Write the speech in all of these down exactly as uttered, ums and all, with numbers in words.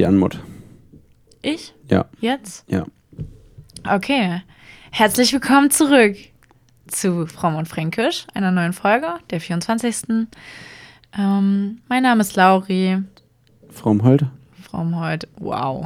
die Anmod. Ich? Ja. Jetzt? Ja. Okay. Herzlich willkommen zurück zu Fromm und Fränkisch, einer neuen Folge, der vierundzwanzigsten Ähm, mein Name ist Lauri. Frommhold. Frommhold, wow.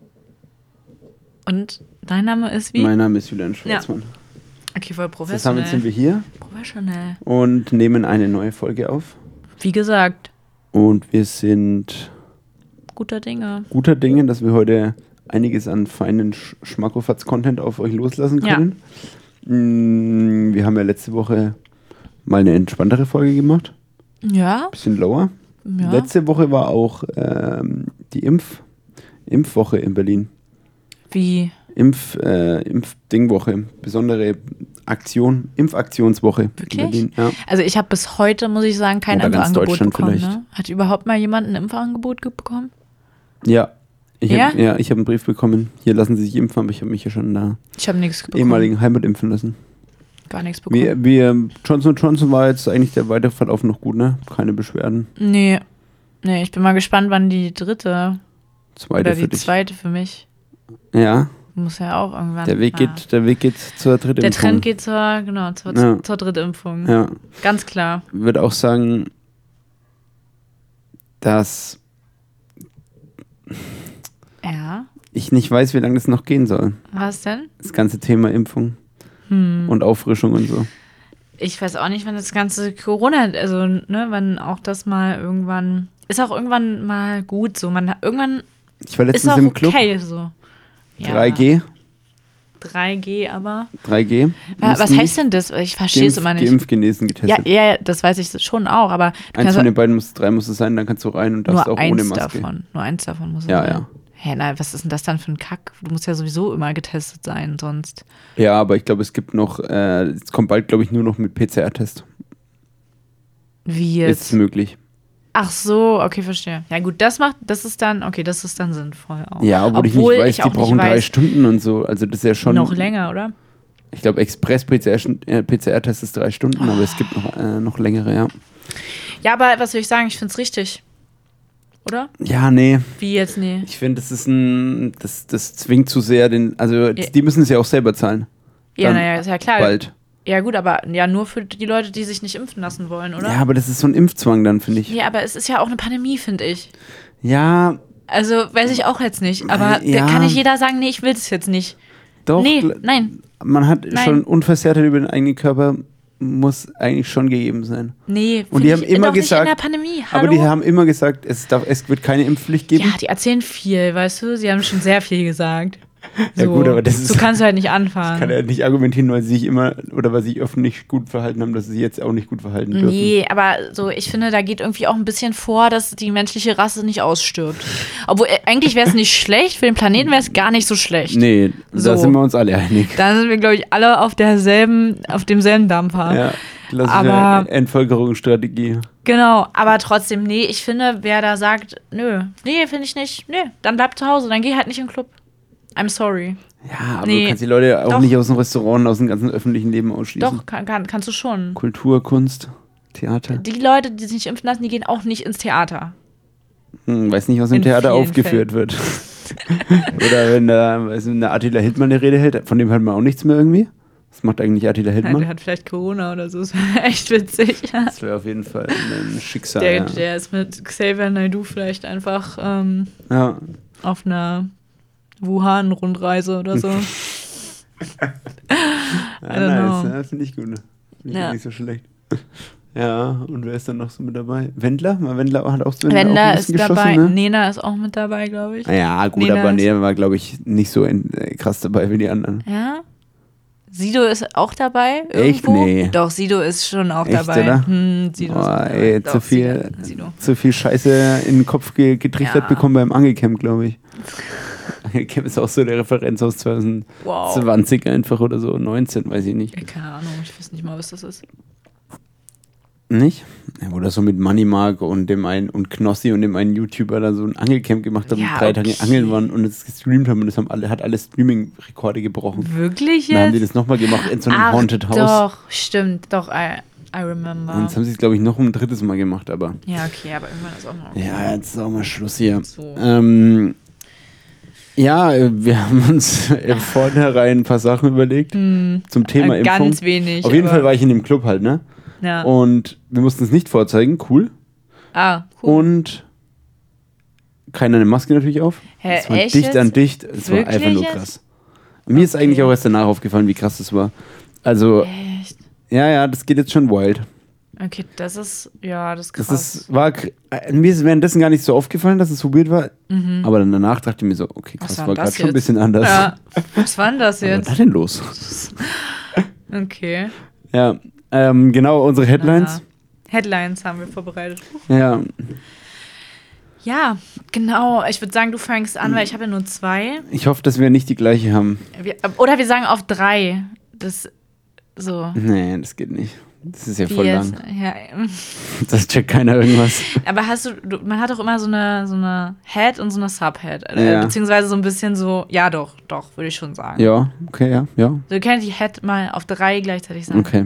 Und dein Name ist wie? Mein Name ist Julian Schwarzmann. Ja. Okay, voll professionell. Zusammen sind wir hier. Professionell. Und nehmen eine neue Folge auf. Wie gesagt. Und wir sind guter Dinge. Guter Dinge, dass wir heute einiges an feinen Sch- Schmackofatz-Content auf euch loslassen können. Ja. Mm, wir haben ja letzte Woche mal eine entspanntere Folge gemacht. Ja. Bisschen lower. Ja. Letzte Woche war auch ähm, die Impf- Impfwoche in Berlin. Wie? Impf, äh, Impfdingwoche, besondere Aktion, Impfaktionswoche. Wirklich? In Berlin, ja. Also ich habe bis heute, muss ich sagen, kein Oder ganz Impfangebot Deutschland bekommen. vielleicht. Ne? Hat überhaupt mal jemand ein Impfangebot ge- bekommen? Ja. Ich ja? Hab, ja, ich habe einen Brief bekommen. Hier lassen Sie sich impfen, aber ich habe mich ja schon da ich hab nichts bekommen. ehemaligen Heimat impfen lassen. Gar nichts bekommen. Wir, wir, Johnson und Johnson war jetzt eigentlich der weitere Verlauf noch gut, ne? Keine Beschwerden. Nee. Nee, ich bin mal gespannt, wann die dritte Zweite oder für die dich. zweite für mich. Ja. Muss ja auch irgendwann. Der Weg, ah. geht, der Weg geht zur dritten Der Impfung. Trend geht zur, genau, zur, Ja. zur Drittimpfung. Ja. Ganz klar. Ich würde auch sagen, dass Ja. ich nicht weiß, wie lange das noch gehen soll. Was denn? Das ganze Thema Impfung Hm. und Auffrischung und so. Ich weiß auch nicht, wann das ganze Corona, also, ne, wann auch das mal irgendwann, ist auch irgendwann mal gut so. Man irgendwann Ich war ist letztens auch im Club. okay so. Ja. drei G. drei G aber. drei G. Ja, was heißt denn das? Ich verstehe es Geimpf, immer nicht. Geimpft, genesen, getestet. Ja, ja, das weiß ich schon auch, aber du Eins kannst von den beiden muss, drei muss es sein, dann kannst du rein und darfst nur auch ohne eins Maske. davon. Nur eins davon muss es Ja, sein. ja. Hä, na, was ist denn das dann für ein Kack? Du musst ja sowieso immer getestet sein, sonst. Ja, aber ich glaube, es gibt noch, äh, es kommt bald, glaube ich, nur noch mit P C R-Test. Wie Ist jetzt? es möglich. Ach so, okay, verstehe. Ja gut, das macht, das ist dann, okay, das ist dann sinnvoll auch. Ja, obwohl, ich nicht Obwohl weiß, ich die auch brauchen nicht drei weiß- Stunden und so. Also das ist ja schon. Noch länger, oder? Ich glaube, Express-P C R-Test ist drei Stunden, aber es gibt noch, äh, noch längere, ja. Ja, aber was will ich sagen? Ich finde es richtig. Oder? Ja, nee. Wie jetzt? Nee. Ich finde, das ist ein, das, das zwingt zu sehr den, also Ja. die müssen es ja auch selber zahlen. Ja, Dann naja, ist ja klar. Bald. Ja gut, aber ja nur für die Leute, die sich nicht impfen lassen wollen, oder? Ja, aber das ist so ein Impfzwang dann, finde ich. Ja, aber es ist ja auch eine Pandemie, finde ich. Ja, Also weiß ich auch jetzt nicht. Aber Ja. da kann nicht jeder sagen, nee, ich will das jetzt nicht. doch. Nee, gl- nein, Man hat Nein. schon Unversehrtheit über den eigenen Körper, muss eigentlich schon gegeben sein. nee. Und find die haben ich immer doch gesagt- nicht in der Pandemie. Hallo? Aber die haben immer gesagt, es, darf, es wird keine Impfpflicht geben. Ja, die erzählen viel, weißt du? Sie haben schon sehr viel gesagt. Ja, So, gut, aber das ist- so kannst du halt nicht Kann anfangen. er nicht argumentieren, weil sie sich immer oder weil sie sich öffentlich gut verhalten haben, dass sie sich jetzt auch nicht gut verhalten dürfen. Nee, aber so, ich finde, da geht irgendwie auch ein bisschen vor, dass die menschliche Rasse nicht ausstirbt. Obwohl, äh, eigentlich wäre es nicht schlecht, für den Planeten wäre es gar nicht so schlecht. Nee, So. da sind wir uns alle einig. Da sind wir, glaube ich, alle auf derselben, auf demselben Dampfer. Ja, klassische Aber- Entvölkerungsstrategie. Genau, aber trotzdem, nee, ich finde, wer da sagt, nö, nee, finde ich nicht, nee, dann bleib zu Hause, dann geh halt nicht in den Club. I'm sorry. Ja, aber Nee, du kannst die Leute auch doch. nicht aus dem Restaurant, aus dem ganzen öffentlichen Leben ausschließen. Doch, kann, kann, kannst du schon. Kultur, Kunst, Theater. Die Leute, die sich nicht impfen lassen, die gehen auch nicht ins Theater. Hm, weiß nicht, was im In Theater vielen aufgeführt wird. Oder wenn da, weiß nicht, der Attila Hildmann eine Rede hält, von dem hört man auch nichts mehr irgendwie. Was macht eigentlich Attila Der Hildmann? hat vielleicht Corona oder so, das wäre echt witzig. Das wäre auf jeden Fall ein Schicksal. Der, ja. der ist mit Xavier Naidoo vielleicht einfach ähm, Ja. auf einer Wuhan-Rundreise oder so. Ja, I don't nice, know. ja, finde ich gut. Finde ich Ja. nicht so schlecht. Ja, und wer ist dann noch so mit dabei? Wendler? Mal Wendler hat auch so auch Wendler ein ist bisschen geschossen, dabei, ne? Nena ist auch mit dabei, glaube ich. Ja, gut, Nena aber ist- nee, war, glaube ich, nicht so in, äh, krass dabei wie die anderen. Ja? Sido ist auch dabei? Echt? Irgendwo? Nee. Doch, Sido ist schon auch Echt, dabei. oder? Hm, Sido ist Boah, auch dabei. ey, Doch, zu viel, Sido. Sido. zu viel Scheiße in den Kopf ge getrichtert Ja. bekommen beim Angelcamp, glaube ich. Angelcamp ist auch so eine Referenz aus zwanzig zwanzig Wow. einfach oder so, neunzehn, weiß ich nicht. Ja, keine Ahnung, ich weiß nicht mal, was das ist. Nicht? Ja, oder so mit Moneymark und dem einen und Knossi und dem einen YouTuber da so ein Angelcamp gemacht haben, Ja, und drei Tage okay. angeln waren und es gestreamt haben und das haben alle, hat alle Streaming-Rekorde gebrochen. Wirklich Dann haben die jetzt? das nochmal gemacht in so einem Ach, Haunted House. doch, stimmt, doch, I, I remember. Und jetzt haben sie es, glaube ich, noch ein drittes Mal gemacht, aber Ja, okay, aber irgendwann ist auch mal. ja, jetzt ist auch mal Schluss hier. So. Ähm, Ja, wir haben uns im Vornherein ein paar Sachen überlegt hm, zum Thema ganz Impfung. Ganz wenig. Auf jeden Fall war ich in dem Club halt, ne? Ja. Und wir mussten es nicht vorzeigen, cool. Ah, cool. Und keiner eine Maske natürlich auf. Hä, es war echt dicht jetzt? an dicht. Es war Wirklich einfach nur jetzt? krass. Und mir ist Okay. eigentlich auch erst danach aufgefallen, wie krass das war. Also, Echt? ja, ja, das geht jetzt schon wild. Okay, das ist, ja, das ist krass. Das ist, war, äh, mir ist währenddessen gar nicht so aufgefallen, dass es so weird war. Mhm. Aber dann danach dachte ich mir so, okay, krass, Was war war denn gerade das schon ein jetzt? bisschen anders. Ja. Was war denn das Was war jetzt? da denn los? Okay. Ja, ähm, genau, unsere Headlines. Aha. Headlines haben wir vorbereitet. Ja, Ja, genau. Ich würde sagen, du fängst an, weil ich habe ja nur zwei. ich hoffe, dass wir nicht die gleiche haben. Wir, oder wir sagen auf drei. Das so. Nee, das geht nicht. Das ist ja Wie voll jetzt? lang. Ja. Das checkt keiner irgendwas. Aber hast du, du, man hat doch immer so eine, so eine Head und so eine Subhead. Ja. Äh, beziehungsweise so ein bisschen so, ja doch, doch, würde ich schon sagen. Ja, okay, ja, ja. Wir können die Head mal auf drei gleichzeitig sagen. Okay.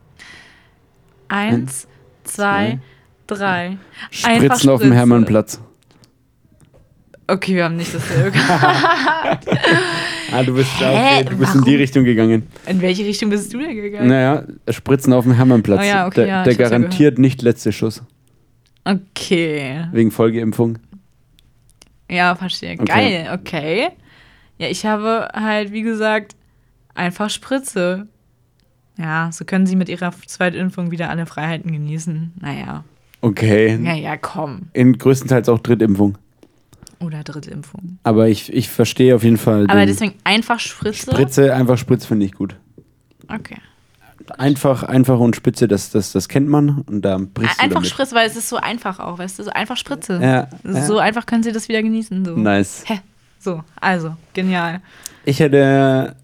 Eins, zwei, drei. Spritzen auf dem Spritze. Hermannplatz. Okay, wir haben nicht dasselbe. Ah, du bist, Hä? okay, du bist in die Warum? Richtung gegangen. In welche Richtung bist du denn gegangen? Naja, Spritzen auf dem Hermannplatz. Oh ja, okay, der ja, der ich hab's ja garantiert nicht letzte Schuss. Okay. Wegen Folgeimpfung. Ja, verstehe. Okay. Geil, okay. Ja, ich habe halt, wie gesagt, einfach Spritze. Ja, so können sie mit ihrer Zweitimpfung wieder alle Freiheiten genießen. Naja. Okay. Naja, komm. In größtenteils auch Drittimpfung. Oder Drittimpfung. Aber ich, ich verstehe auf jeden Fall. Aber den deswegen einfach Spritze? Spritze, einfach Spritze finde ich gut. Okay. Einfach, einfach und Spitze, das, das, das kennt man und da brichst du Einfach damit. Spritze, weil es ist so einfach auch, weißt du? So einfach Spritze. Ja, So ja. einfach können sie das wieder genießen. So. Nice. Hä? So, also, genial. Ich hätte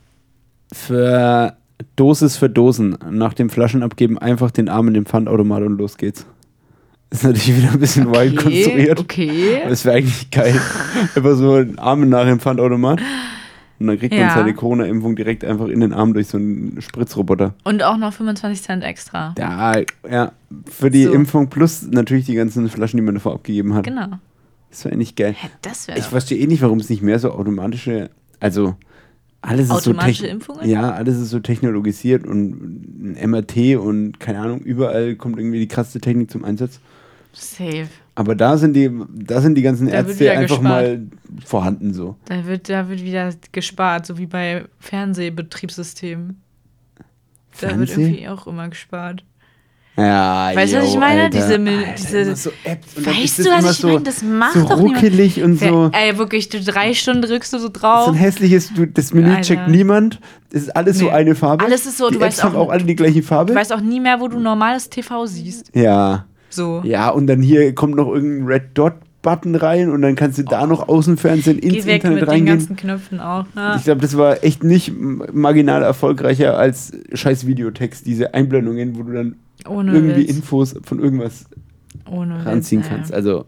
für Dosis für Dosen nach dem Flaschenabgeben einfach den Arm in den Pfandautomat und los geht's. Ist natürlich wieder ein bisschen wild konstruiert. Okay. Das wäre eigentlich geil. Einfach so einen Arm nach dem Pfandautomat. Und dann kriegt man Ja. seine Corona-Impfung direkt einfach in den Arm durch so einen Spritzroboter. Und auch noch fünfundzwanzig Cent extra. Ja, ja. Für die So. Impfung plus natürlich die ganzen Flaschen, die man davor abgegeben hat. Genau. Das wäre eigentlich geil. Hä, das wäre Ich verstehe eh nicht, warum es nicht mehr so automatische, also alles ist Automatische so techn- Impfungen? Ja, alles ist so technologisiert und ein M R T und keine Ahnung, überall kommt irgendwie die krasseste Technik zum Einsatz. Safe. Aber da sind die, da sind die ganzen Da wird Ärzte wieder einfach gespart. mal vorhanden so. Da wird, da wird wieder gespart, so wie bei Fernsehbetriebssystemen. Da wird Fernseh? irgendwie auch immer gespart. Ja, Weißt du, was yo, ich meine? Alter. Diese Mil- Alter, diese- immer so Apps und dann ist Weißt das du, was immer ich so, meine? Das macht so doch niemand. ruckelig und so. Ey, wirklich, du drei Stunden drückst du so So drauf. ein hässliches, du, das Menü Alter. checkt niemand. Es ist alles so Nee. eine Farbe. Alles ist so, die du Apps weißt haben auch- auch alle die gleiche Farbe. Du weißt auch nie mehr, wo du normales T V siehst. Ja. So. Ja, und dann hier kommt noch irgendein Red Dot Button rein und dann kannst du da noch Außenfernsehen ins Geh weg Internet mit den reingehen. ganzen Knöpfen auch. Ne? Ich glaube, das war echt nicht m- marginal erfolgreicher als scheiß Videotext, diese Einblendungen, wo du dann Ohne irgendwie Witz. Infos von irgendwas Ohne ranziehen Witz, kannst. ey. Also,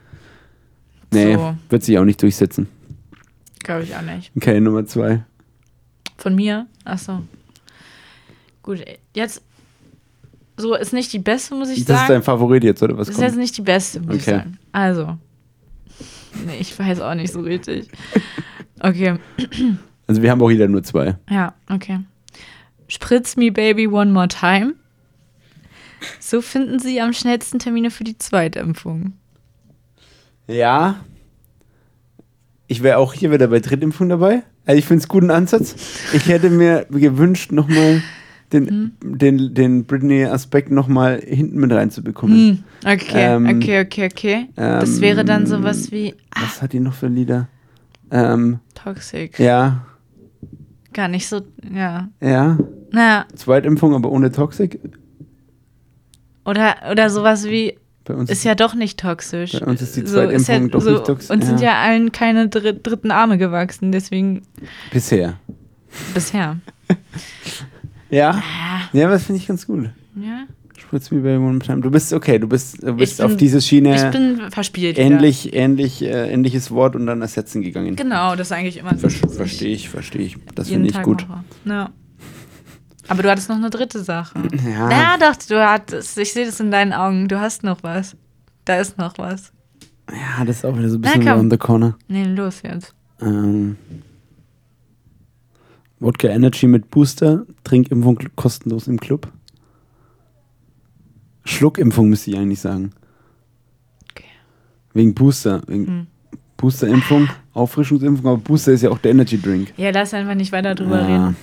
nee, So. wird sich auch nicht durchsetzen. Glaube ich auch nicht. Okay, Nummer zwei. Von mir? Achso. Gut, jetzt. So, ist nicht die beste, muss ich Das ist sagen. dein Favorit jetzt, oder was Das ist jetzt kommt? nicht die beste, muss ich Okay. sagen. Also. Nee, ich weiß auch nicht so richtig. Okay, Also wir haben auch wieder nur zwei. ja, okay. Spritz me baby one more time. So finden Sie am schnellsten Termine für die Zweitimpfung. Ja. Ich wäre auch hier wieder bei Drittimpfung dabei. Also ich finde es guten Ansatz. Ich hätte mir gewünscht, nochmal den, Mhm. den, den Britney-Aspekt nochmal hinten mit reinzubekommen. Hm, okay, Ähm, okay, okay, okay. Das ähm, wäre dann sowas wie Was hat die noch für Lieder? Ähm, Toxic. ja, Gar nicht so, ja. ja. Na, Zweitimpfung, aber ohne Toxik. oder, oder sowas wie, Bei uns ist ja doch nicht toxisch. Bei uns ist die So, ist Zweitimpfung doch nicht toxisch. Und sind Ja. ja allen keine dr dritten Arme gewachsen, deswegen bisher. bisher. Ja. Ah, Ja, aber das finde ich ganz gut. ja. Spritz me baby one more time. Du bist okay, du bist, du bist Ich bin- auf diese Schiene Ich bin verspielt. wieder. ähnlich, ähnlich, äh, ähnliches Wort und dann ersetzen gegangen. Genau, das ist eigentlich immer so. Ver Verstehe ich, verstehe ich. Das jeden finde ich Tag gut. mache. Ja. Aber du hattest noch eine dritte Sache. Ja. Ja, doch, du hattest, ich sehe das in deinen Augen, du hast noch was. Da ist noch was. Ja, das ist auch wieder so ein Na, bisschen komm. around the corner. Nee, los jetzt. Ähm, Wodka Energy mit Booster, Trinkimpfung kostenlos im Club. Schluckimpfung müsste ich eigentlich sagen. Okay. Wegen Booster. Wegen Hm. Boosterimpfung, Auffrischungsimpfung, aber Booster ist ja auch der Energy Drink. Ja, lass einfach nicht weiter drüber Ja. reden.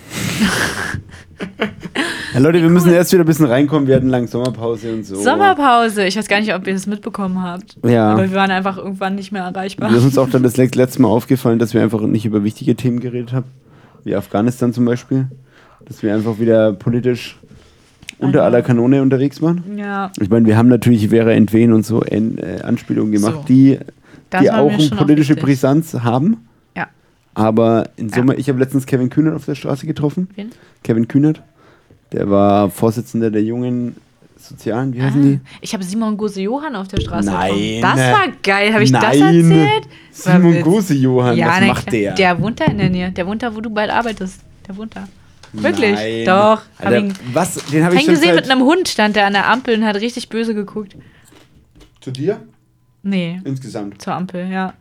Ja, Leute, wir müssen erst wieder ein bisschen reinkommen. Wir hatten lange Sommerpause und so. Sommerpause. Ich weiß gar nicht, ob ihr das mitbekommen habt. Ja. Aber wir waren einfach irgendwann nicht mehr erreichbar. Mir ist uns auch dann das letzte Mal aufgefallen, dass wir einfach nicht über wichtige Themen geredet haben. Wie Afghanistan zum Beispiel. Dass wir einfach wieder politisch unter aller Kanone unterwegs waren. Ja. Ich meine, wir haben natürlich Vera Entwen und so in, äh, Anspielungen gemacht, So. die, Das die war auch mir eine schon politische auch wichtig. Brisanz haben. Ja. Aber in Ja. Summe, ich habe letztens Kevin Kühnert auf der Straße getroffen. Wen? Kevin Kühnert. Der war Vorsitzender der jungen Sozialen, wie heißen die? Ich habe Simon Gose-Johann auf der Straße Nein. getroffen. Das war geil. Habe ich Nein. das erzählt? War Simon witzig. Gose-Johann, Ja, was na macht klar. der? Der wohnt da in der Nähe. Der wohnt da, wo du bald arbeitest. Der wohnt da. Wirklich? Nein. Doch. Hab Alter, ihn, was? Den habe ich ihn schon gesehen seit... mit einem Hund, stand der an der Ampel und hat richtig böse geguckt. Zu dir? Nee, Insgesamt. zur Ampel, ja.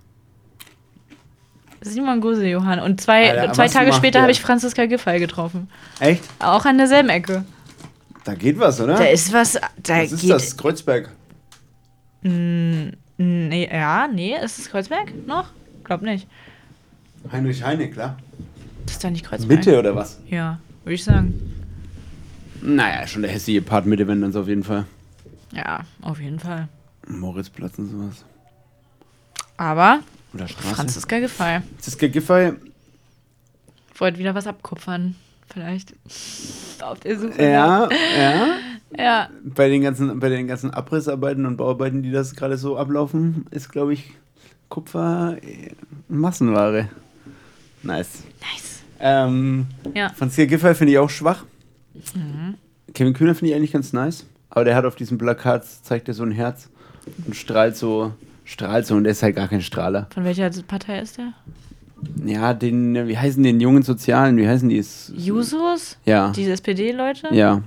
Simon Gose-Johann. Und zwei, Alter, zwei was Tage macht später der? habe ich Franziska Giffey getroffen. Echt? Auch an derselben Ecke. Da geht was, oder? Da ist was. Da was ist geht. das? Kreuzberg? Nee, ja, nee, ist es Kreuzberg noch? Glaub nicht. Heinrich Heine, klar. Das ist doch nicht Kreuzberg. Mitte oder was? Ja, würde ich sagen. Naja, schon der hässliche Part Mitte, wenn dann auf jeden Fall. Ja, auf jeden Fall. Moritzplatz und sowas. Aber Oder Straße. Franziska Giffey. Franziska Giffey. Wollte wieder was abkupfern. Vielleicht. Auf der Suche. Ja, ja. Ja. Bei den ganzen, bei den ganzen Abrissarbeiten und Bauarbeiten, die das gerade so ablaufen, ist, glaube ich, Kupfer äh, Massenware. Nice. Nice. Ähm, Ja. Franziska Giffey finde ich auch schwach. Mhm. Kevin Kühner finde ich eigentlich ganz nice. Aber der hat auf diesem Plakat, zeigt er so ein Herz und strahlt so, strahlt so und der ist halt gar kein Strahler. Von welcher Partei ist der? Ja, den, wie heißen den jungen Sozialen, wie heißen die? Ist, Jusos? ja. Diese S P D-Leute? Ja.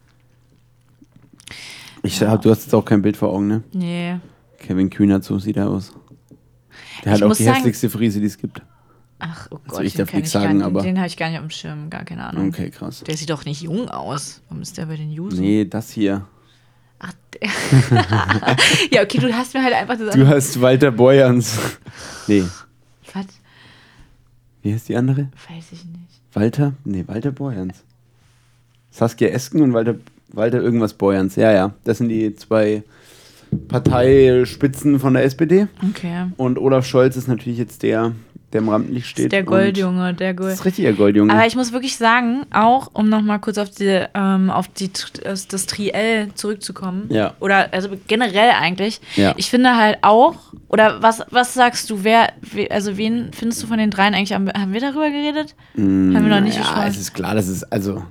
Ich hab, du hast jetzt auch kein Bild vor Augen, ne? Nee. Kevin Kühnert, so sieht er aus. Der Ich hat auch muss die sagen- hässlichste Frise, die es gibt. Ach, oh Gott. Also ich den darf kenn nichts gar sagen, nicht- aber- Den habe ich gar nicht auf dem Schirm, gar keine Ahnung. Okay, krass. Der sieht doch nicht jung aus. Warum ist der bei den Jusos? Nee, das hier. Ach, der. Ja, okay, du hast mir halt einfach gesagt. Du hast Walter Borjans. Nee, Was? wie heißt die andere? Weiß ich nicht. Walter? Nee, Walter Borjans. Saskia Esken und Walter, Walter irgendwas Borjans. Ja, ja. Das sind die zwei Parteispitzen von der S P D. Okay. Und Olaf Scholz ist natürlich jetzt der, der im Rampenlicht Das steht. ist der und- Goldjunge, der Das Gold. ist richtig der Goldjunge. Aber ich muss wirklich sagen, auch um nochmal kurz auf, die, ähm, auf die, das, das Triell zurückzukommen. Ja. Oder also generell eigentlich. Ja. Ich finde halt auch, oder was, was sagst du, wer, we- also wen findest du von den dreien eigentlich, am, haben wir darüber geredet? Mm, haben wir noch nicht Ja, gesprochen. es ist klar, das ist, also,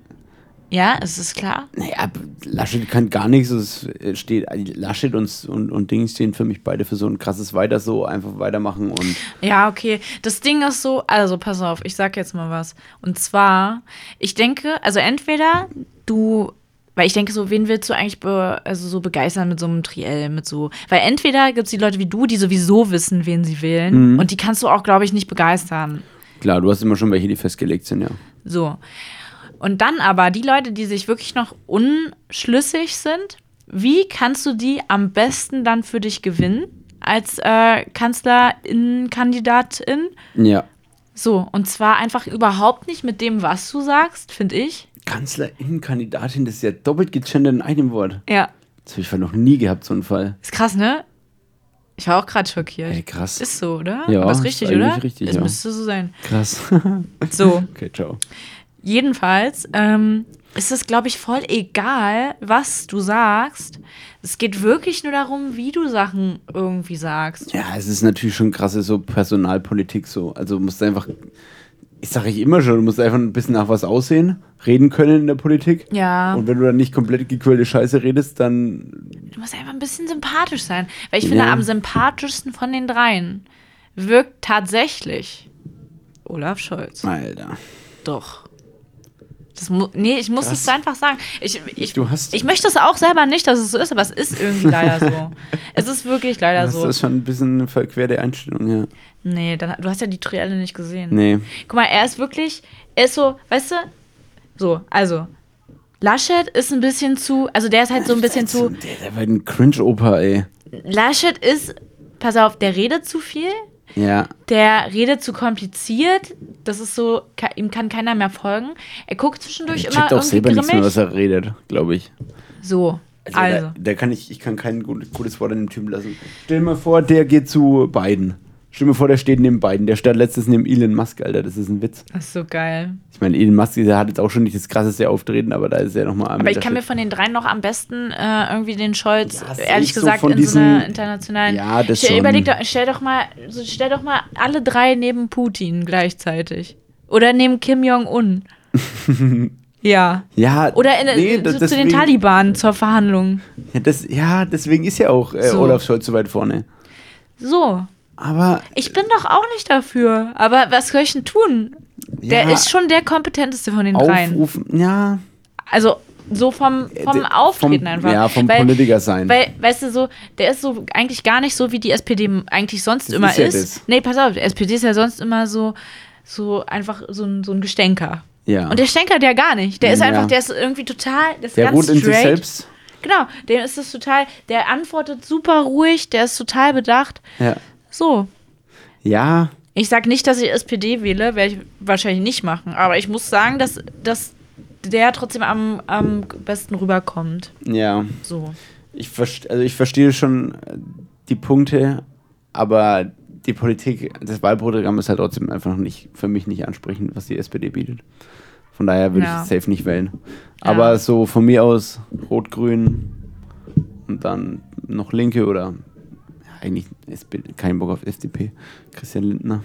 Ja, es ist klar. naja, Laschet kann gar nichts. Es steht, Laschet und, und, und Ding stehen für mich beide für so ein krasses Weiter so, einfach weitermachen und. Ja, okay. Das Ding ist so, also pass auf, ich sag jetzt mal was. Und zwar, ich denke, also entweder du, weil ich denke so, wen willst du eigentlich be, also so begeistern mit so einem Triell, mit so, weil entweder gibt es die Leute wie du, die sowieso wissen, wen sie wählen Mhm. und die kannst du auch, glaube ich, nicht begeistern. Klar, du hast immer schon welche, die festgelegt sind, ja. So. Und dann aber die Leute, die sich wirklich noch unschlüssig sind, wie kannst du die am besten dann für dich gewinnen als äh, Kanzlerin-Kandidatin? Ja. So, und zwar einfach überhaupt nicht mit dem, was du sagst, finde ich. Kanzlerinnenkandidatin, das ist ja doppelt gegendert in einem Wort. Ja. Das habe ich noch nie gehabt, so einen Fall. Ist krass, ne? Ich war auch gerade schockiert. Ey, krass. Ist so, oder? Ja, Aber ist ist richtig, eigentlich oder? richtig, Es ja. müsste so sein. Krass. So, Okay, ciao. jedenfalls ähm, ist es, glaube ich, voll egal, was du sagst. Es geht wirklich nur darum, wie du Sachen irgendwie sagst. Ja, es ist natürlich schon krasse so Personalpolitik so. Also musst du einfach, ich sage ich immer schon, du musst einfach ein bisschen nach was aussehen, reden können in der Politik. Ja. Und wenn du dann nicht komplett gequälte Scheiße redest, dann Du musst einfach ein bisschen sympathisch sein. Weil ich finde, Ja. am sympathischsten von den dreien wirkt tatsächlich Olaf Scholz. Alter. Doch. Das mu- nee, ich muss Krass. es einfach sagen. Ich, ich, Du hast- ich möchte es auch selber nicht, dass es so ist, aber es ist irgendwie leider so. Es ist wirklich leider Das so. ist schon ein bisschen eine verquerte Einstellung, ja. Nee, dann, du hast ja die Trielle nicht gesehen. Nee. Guck mal, er ist wirklich, er ist so, weißt du, so, also, Laschet ist ein bisschen zu, also der ist halt so ein bisschen zu, Der, der war ein Cringe-Opa, ey. Laschet ist, pass auf, der redet zu viel, Ja. der redet zu kompliziert, das ist so, ka- ihm kann keiner mehr folgen. Er guckt zwischendurch Der immer checkt auch irgendwie selber nichts mehr, grimmig. was er redet, glaube ich. So, Also, also. Der, der kann ich, ich kann kein gut, gutes Wort an dem Typen lassen. Stell dir mal vor, der geht zu Biden. Stell dir mal vor, der steht neben Biden. Der stand letztens neben Elon Musk, Alter. Das ist ein Witz. Das ist so geil. Ich meine, Elon Musk, der hat jetzt auch schon nicht das krasseste Auftreten, aber da ist er nochmal am Aber ich kann mir von den dreien noch am besten äh, irgendwie den Scholz, Ja, ehrlich so gesagt, von in so diesen- einer internationalen. Ja, das stell, schon. überleg doch, stell doch mal, so, stell doch mal alle drei neben Putin gleichzeitig. Oder neben Kim Jong-un. Ja. Ja, Oder in, nee, zu, das- zu den deswegen- Taliban zur Verhandlung. Ja, das, ja, deswegen ist ja auch äh, So. Olaf Scholz so weit vorne. So. Aber Ich bin doch auch nicht dafür. Aber was soll ich denn tun? Der Ja. ist schon der kompetenteste von den dreien. aufrufen, ja. Also so vom, vom Der- Auftreten vom- einfach. ja, vom weil, Politiker sein. Weil, weißt du, so, der ist so eigentlich gar nicht so, wie die S P D eigentlich sonst Das immer ist ja ist. das. Nee, pass auf, die S P D ist ja sonst immer so, so einfach so ein, so ein Gestänker. Ja. Und der stänkert ja gar nicht. Der ist Ja. einfach, der ist irgendwie total, der ist Der ganz ruht in straight. sich selbst. Genau, dem ist das total, der antwortet super ruhig, der ist total bedacht. Ja. So. Ja, Ich sag nicht, dass ich S P D wähle, werde ich wahrscheinlich nicht machen. Aber ich muss sagen, dass, dass der trotzdem am, am besten rüberkommt. ja. So. Ich, verste- also ich verstehe schon äh, die Punkte, aber die Politik, das Wahlprogramm ist halt trotzdem einfach nicht, für mich nicht ansprechend, was die S P D bietet. Von daher würde Ja. ich safe nicht wählen. Ja. Aber so von mir aus Rot-Grün und dann noch Linke oder ja, eigentlich S P D, kein Bock auf F D P. Christian Lindner.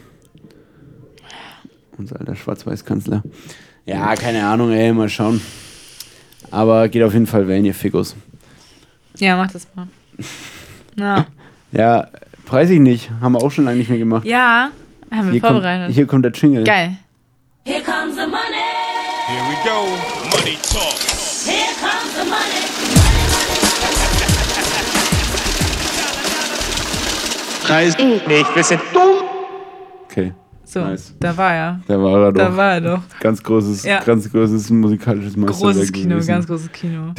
Unser alter Schwarz-Weiß-Kanzler. Ja, keine Ahnung, ey, mal schauen. Aber geht auf jeden Fall wählen, ihr Fickos. Ja, mach das mal. Ja. Ja, weiß ich nicht. Haben wir auch schon lange nicht mehr gemacht. Ja, haben wir Hier vorbereitet. kommt, hier kommt der Jingle. Geil. Here comes the money. Here we go. Money talk. Here comes the money. Preis nicht. Wir sind dumm. Okay, So, Nice. da war er. da war er doch. Da war er doch. Ganz großes, Ja. ganz großes musikalisches Meisterwerk. Großes Kino, gewesen. ganz großes Kino.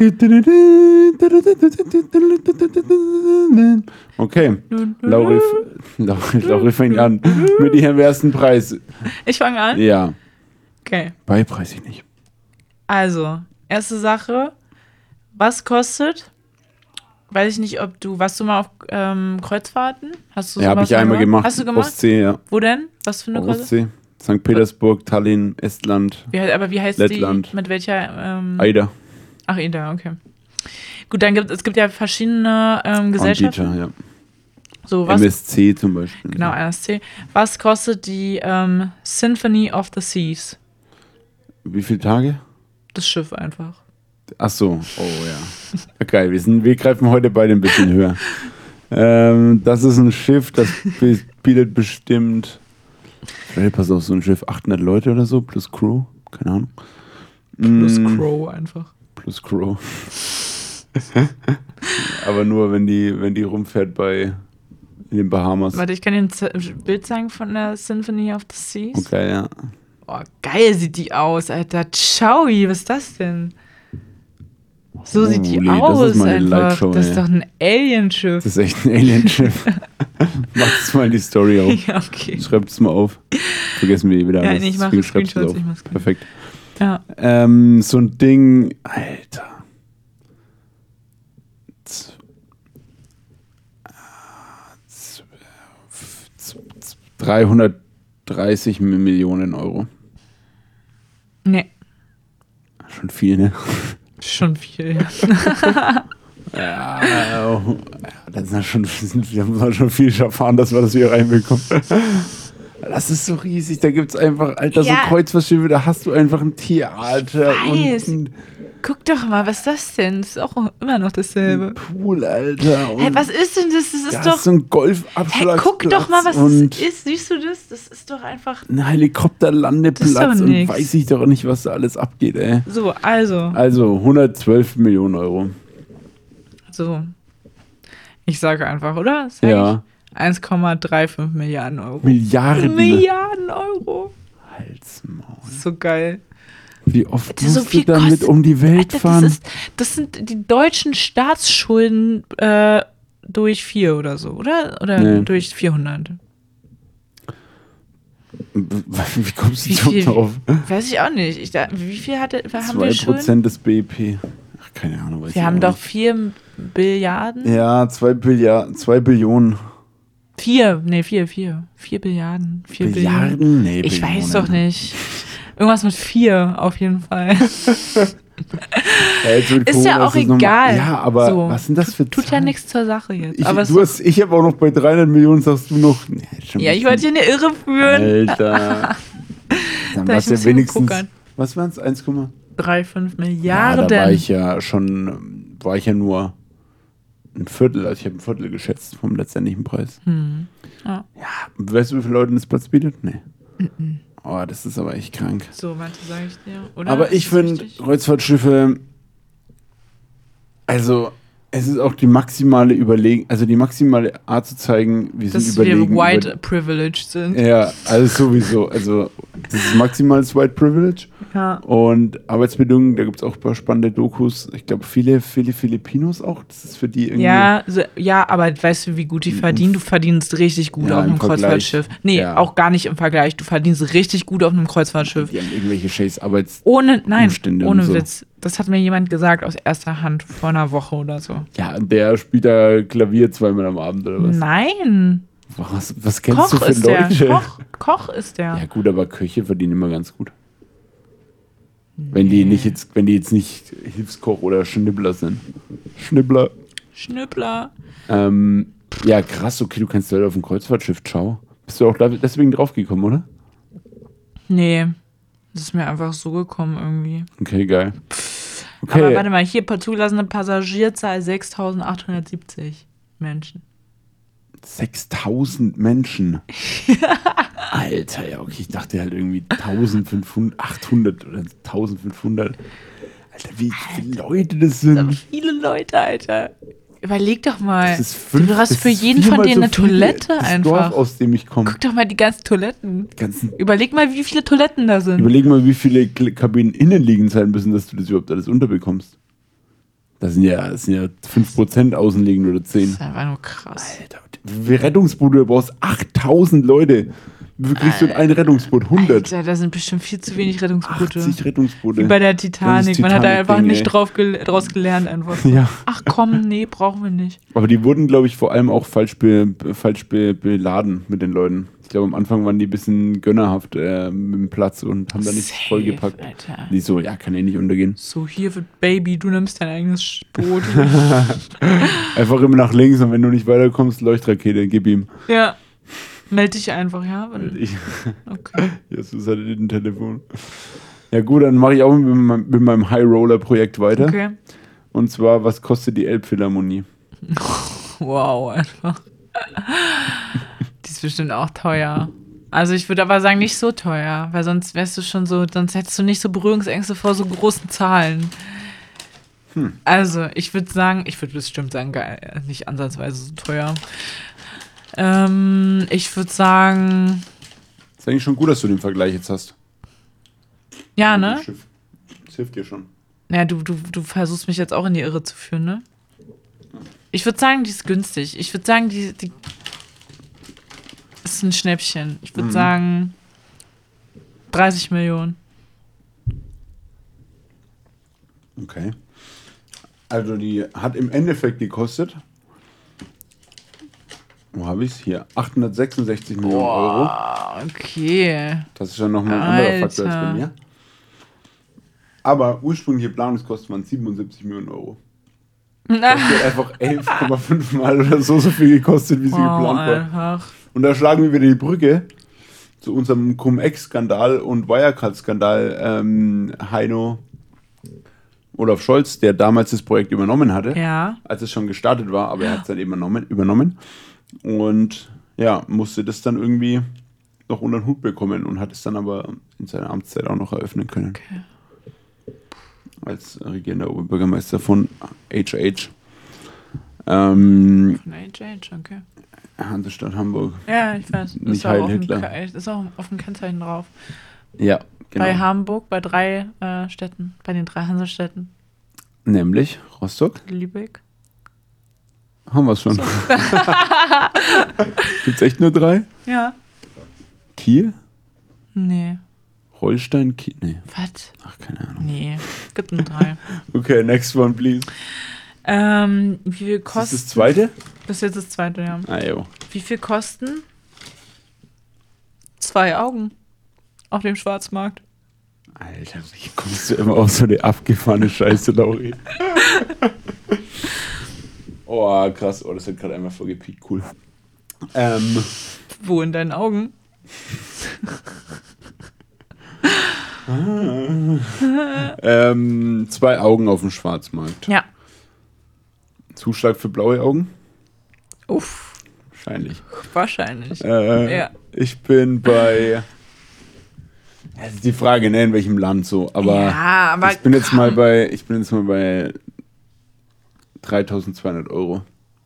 Okay, Lauri, Lauri, Lauri fängt an mit ihrem ersten Preis. Ich fange an? Ja, Okay. bei weiß ich nicht. Also, erste Sache. Was kostet? Weiß ich nicht, ob du, warst du mal auf ähm, Kreuzfahrten? Hast du Ja, habe sowas ich mal einmal gemacht. Hast du gemacht? Ostsee, ja. Wo denn? Was für eine Kreuzfahrt? Ostsee, Sankt Petersburg, Tallinn, Estland, Wie, he- aber wie heißt Lettland. die? Mit welcher? Ähm, Aida, ach, Ida, okay. Gut, dann gibt es gibt ja verschiedene ähm, Gesellschaften. Anbieter, ja. So, was, M S C zum Beispiel. genau, N S C. Was kostet die ähm, Symphony of the Seas? Wie viele Tage? Das Schiff einfach. Ach so, oh ja. Ja, geil, wir, sind, wir greifen heute beide ein bisschen höher. Ähm, das ist ein Schiff, das be- bietet bestimmt, vielleicht pass auf, so ein Schiff, achthundert Leute oder so, plus Crew, keine Ahnung. Plus Mm, Crow einfach. Plus Crew. Aber nur, wenn die, wenn die rumfährt bei in den Bahamas. Warte, ich kann dir ein Z- Bild zeigen von der Symphony of the Seas. Okay, ja. Oh, geil sieht die aus, Alter. Ciao, was ist das denn? So sieht die Holy, das aus ist mal eine einfach. Lightshow, Das ist ey. doch ein Alienschiff. Das ist echt ein Alien-Schiff. Macht's mal die Story auf. Ja, okay. Schreibt's mal auf. Vergessen wir eh wieder. Ja, alles. nee, ich mache Deswegen schreibt's Screenshots, auf. ich mach Screenshots. Perfekt. Ja. Ähm, so ein Ding, Alter. Z- z- z- z- dreihundertdreißig Millionen Euro. Nee, Schon viel, ne? schon viel. Ja, ja, das ist ja schon, wir haben schon viel erfahren, dass wir das hier reinbekommen. Das ist so riesig, da gibt's einfach, Alter, Ja. so Kreuzfahrtschiffe, da hast du einfach ein Theater Ich weiß. und ein, Guck doch mal, was ist das denn? Das ist auch immer noch dasselbe. Pool, Alter. Hä, was ist denn das? Das ist da doch. ist so ein Hä, Golfabschlagsplatz. guck doch mal, was und das ist. Siehst du das? Das ist doch einfach. ein Helikopterlandeplatz Das ist doch und nix. weiß ich doch nicht, was da alles abgeht, ey. So, also. Also hundertzwölf Millionen Euro. So. Ich sage einfach, oder? Sag Ja. ich? eins Komma fünfunddreißig Milliarden Euro. Milliarden. Milliarden Euro. Halsmaul. So geil. Wie oft Das ist so musst viel du damit kostet- um die Welt Alter, fahren? das, ist, das sind die deutschen Staatsschulden äh, durch vier oder so, oder? Oder Nee. durch vierhundert? Wie kommst du Wie so viel? drauf? Weiß ich auch nicht. Ich, da, wie viel hatte, haben Zwei wir Schulden? Prozent des B I P. Ach, keine Ahnung. Weiß ich Wir haben auch doch nicht. vier Billiarden? Ja, zwei, Billiard, zwei Billionen. Vier, nee, vier, vier. Vier Billiarden. Vier Billionen. Billiarden? Nee, Ich Billionen. weiß doch nicht. Irgendwas mit vier, auf jeden Fall. Ja, jetzt mit Ist ja Corona auch es noch mal- egal. Ja, aber So. was sind das für Tut ja Zahlen? nichts zur Sache jetzt. Ich, aber es du hast, ich habe auch noch bei dreihundert Millionen, sagst du noch. Nee, schon ja, ich ein wollte bisschen- hier eine Irre führen. Alter. Dann Da war hab es ich ein ja bisschen wenigstens. geguckert. Was waren es? eins, Drei, fünf ja, Milliarden. da war ich ja schon, war ich ja nur ein Viertel, also ich habe ein Viertel geschätzt vom letztendlichen Preis. Hm. Ja. Ja, weißt du, wie viele Leute das Platz bietet? Nee. Oh, das ist aber echt krank. So, warte, sag ich dir. Oder? Aber Ist ich das finde richtig? Kreuzfahrtschiffe, also es ist auch die maximale Überlegen, also die maximale Art zu zeigen, wie sie dass wir überlegen. white über- privileged sind. Ja, also sowieso. Also das ist maximales White Privilege. Ja. Und Arbeitsbedingungen, da gibt es auch ein paar spannende Dokus. Ich glaube, viele, viele Filipinos auch. Das ist für die irgendwie. Ja, so, ja, aber weißt du, wie gut die verdienen? Du verdienst richtig gut Ja, auf im einem Vergleich. Kreuzfahrtschiff. Nee, Ja. auch gar nicht im Vergleich. Du verdienst richtig gut auf einem Kreuzfahrtschiff. Die haben irgendwelche Chase Arbeits. Ohne, nein, Umstände und ohne so. Witz. Das hat mir jemand gesagt aus erster Hand vor einer Woche oder so. Ja, der spielt da Klavier zweimal am Abend oder was? Nein, Was, was kennst Koch du für ist der. Leute? Koch, Koch ist der. Ja gut, aber Köche verdienen immer ganz gut. Wenn die nicht jetzt, wenn die jetzt nicht Hilfskoch oder Schnibbler sind. Schnibbler. Schnippler. Ähm, ja, krass, okay, du kennst Leute auf dem Kreuzfahrtschiff, ciao. Bist du auch da, deswegen draufgekommen, oder? Nee, das ist mir einfach so gekommen irgendwie. Okay, geil. Okay. Aber warte mal, hier zugelassene Passagierzahl sechstausendachthundertsiebzig Menschen. sechstausend Menschen. Alter, ja, okay, ich dachte halt irgendwie eintausendfünfhundert, achthundert oder eintausendfünfhundert. Alter, wie viele Leute das sind. Aber viele Leute, Alter. Überleg doch mal. Das ist fünf, du hast das für ist jeden von viermal denen so eine viel wie Toilette das einfach. Dorf, aus dem ich komme. Guck doch mal die ganzen Toiletten. Ganzen, Überleg mal, wie viele Toiletten da sind. überleg mal, wie viele Kl- Kabinen innen liegen sein müssen, dass du das überhaupt alles unterbekommst. Das sind ja, das sind ja fünf Prozent außenliegen oder Das zehn. ist einfach nur krass. Alter, wie Rettungsboote, du brauchst achttausend Leute. Wie viel kriegst du in ein Rettungsboot? hundert. Alter, da sind bestimmt viel zu wenig Rettungsboote. achtzig Rettungsboote. Wie bei der Titanic. Man hat da einfach Titanic-Ding, nicht ey. drauf gel draus gelernt einfach. Ja. Ach komm, nee, brauchen wir nicht. Aber die wurden, glaube ich, vor allem auch falsch, be falsch be beladen mit den Leuten. Ich glaube, am Anfang waren die ein bisschen gönnerhaft äh, mit dem Platz und haben da nicht Safe, vollgepackt. Alter. Die so, ja, kann eh nicht untergehen. So, hier wird Baby, du nimmst dein eigenes Boot. Einfach immer nach links und wenn du nicht weiterkommst, Leuchtrakete, gib ihm. Ja. Meld dich einfach, ja? Wenn, Ich, okay. Jesus hatte ein Telefon. Ja gut, dann mache ich auch mit meinem, mit meinem High-Roller-Projekt weiter. Okay. Und zwar, was kostet die Elbphilharmonie? Wow, einfach. Die ist bestimmt auch teuer. Also ich würde aber sagen, nicht so teuer, weil sonst wärst du schon so, sonst hättest du nicht so Berührungsängste vor so großen Zahlen. Hm. Also, ich würde sagen, ich würde bestimmt sagen, geil, nicht ansatzweise so teuer. Ähm, ich würde sagen, Ist eigentlich schon gut, dass du den Vergleich jetzt hast. ja, Mit ne? dem Schiff. Das hilft dir schon. Ja, du, du, du versuchst mich jetzt auch in die Irre zu führen, ne? Ich würde sagen, die ist günstig. Ich würde sagen, die, die ist ein Schnäppchen. Ich würde Mhm. sagen, dreißig Millionen. Okay. Also die hat im Endeffekt gekostet, wo habe ich es? Hier, achthundertsechsundsechzig Millionen Euro. Ah, okay. Das ist ja nochmal ein anderer Faktor als bei Alter. mir. Aber ursprüngliche Planungskosten waren siebenundsiebzig Millionen Euro. Das hat einfach elf Komma fünf Mal oder so so viel gekostet, wie sie Wow, geplant war. einfach. Und da schlagen wir wieder die Brücke zu unserem Cum-Ex-Skandal und Wirecard-Skandal, ähm, Heino. Olaf Scholz, der damals das Projekt übernommen hatte, Ja. als es schon gestartet war, aber er hat es dann eben übernommen, übernommen und ja, musste das dann irgendwie noch unter den Hut bekommen und hat es dann aber in seiner Amtszeit auch noch eröffnen können. Okay. Als regierender Oberbürgermeister von H H. Ähm, Von H H, okay. Hansestadt Hamburg. Ja, ich weiß. Nicht ist, auch Heil auf dem, Hitler. Ke- ist auch auf dem Kennzeichen drauf. Ja, genau. Bei Hamburg, bei drei äh, Städten, bei den drei Hansestädten. Nämlich Rostock. Lübeck. Haben wir es schon. Gibt's echt nur drei? Ja. Kiel? Nee. Holstein? Kiel? Nee. Was? Ach, keine Ahnung. Nee. Gibt nur drei. Okay, next one, please. ähm, wie viel Das kostet. ist das zweite? Das ist jetzt das zweite, ja. Ah, jo. Wie viel kosten zwei Augen auf dem Schwarzmarkt? Alter, wie kommst du immer auf so eine abgefahrene Scheiße, Lauri? Oh, krass. Oh, das hat gerade einmal vorgepiekt. Cool. Ähm, Wo in deinen Augen? ähm, zwei Augen auf dem Schwarzmarkt. Ja. Zuschlag für blaue Augen? Uff, Wahrscheinlich. wahrscheinlich. Äh, Ja. Ich bin bei. Das ist die Frage, ne, in welchem Land so. Aber, Ja, aber ich bin jetzt komm. mal bei. Ich bin jetzt mal bei dreitausendzweihundert Euro.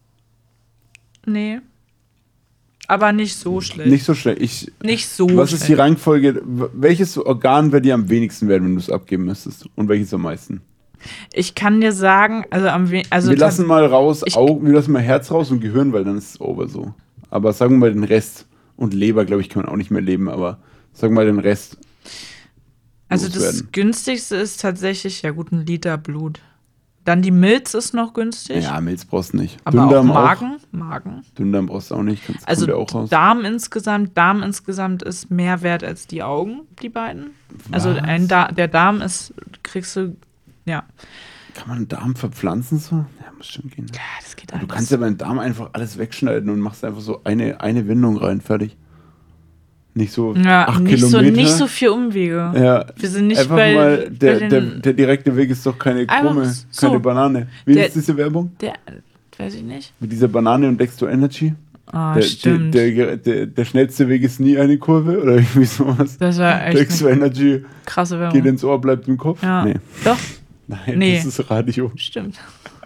Nee. Aber nicht so schlecht. Nicht so schlecht. Ich, Nicht so was schlecht. ist die Rangfolge? W- Welches Organ wäre dir am wenigsten wert, wenn du es abgeben müsstest? Und welches am meisten? Ich kann dir sagen, also am we- also wir lassen mal raus, ich- Augen, wir lassen mal Herz raus und Gehirn, weil dann ist es over so. Aber sagen wir mal den Rest. Und Leber, glaube ich, kann man auch nicht mehr leben, aber sagen wir mal den Rest. Also das loswerden. günstigste ist tatsächlich, ja gut, ein Liter Blut. Dann die Milz ist noch günstig. Ja, Milz brauchst du nicht. aber Dünndarm auch Magen. Magen. Dünndarm brauchst du auch nicht. Kannst, Also kommt ja auch raus. Darm insgesamt, Darm insgesamt ist mehr wert als die Augen, die beiden. Also Was? ein da der Darm ist, kriegst du, ja. Kann man einen Darm verpflanzen so? Ja, muss schon gehen. Ja, das geht Du alles. kannst ja beim Darm einfach alles wegschneiden und machst einfach so eine, eine Windung rein, fertig. Nicht so ja, acht nicht so, Kilometer. nicht so viel Umwege. Ja, Wir sind nicht einfach bei, mal, der, bei den, der, der direkte Weg ist doch keine Einfach Krumme, so. keine Banane. Wie Der- ist diese Werbung? der, weiß ich nicht. Mit dieser Banane und Dextro Energy? Ah, der, stimmt. Der, der, der, der schnellste Weg ist nie eine Kurve oder irgendwie sowas. das war echt Dextro eine Energy krasse Werbung. geht ins Ohr, bleibt im Kopf. ja. Nee. Doch, Nein, Nee. das ist Radio. stimmt.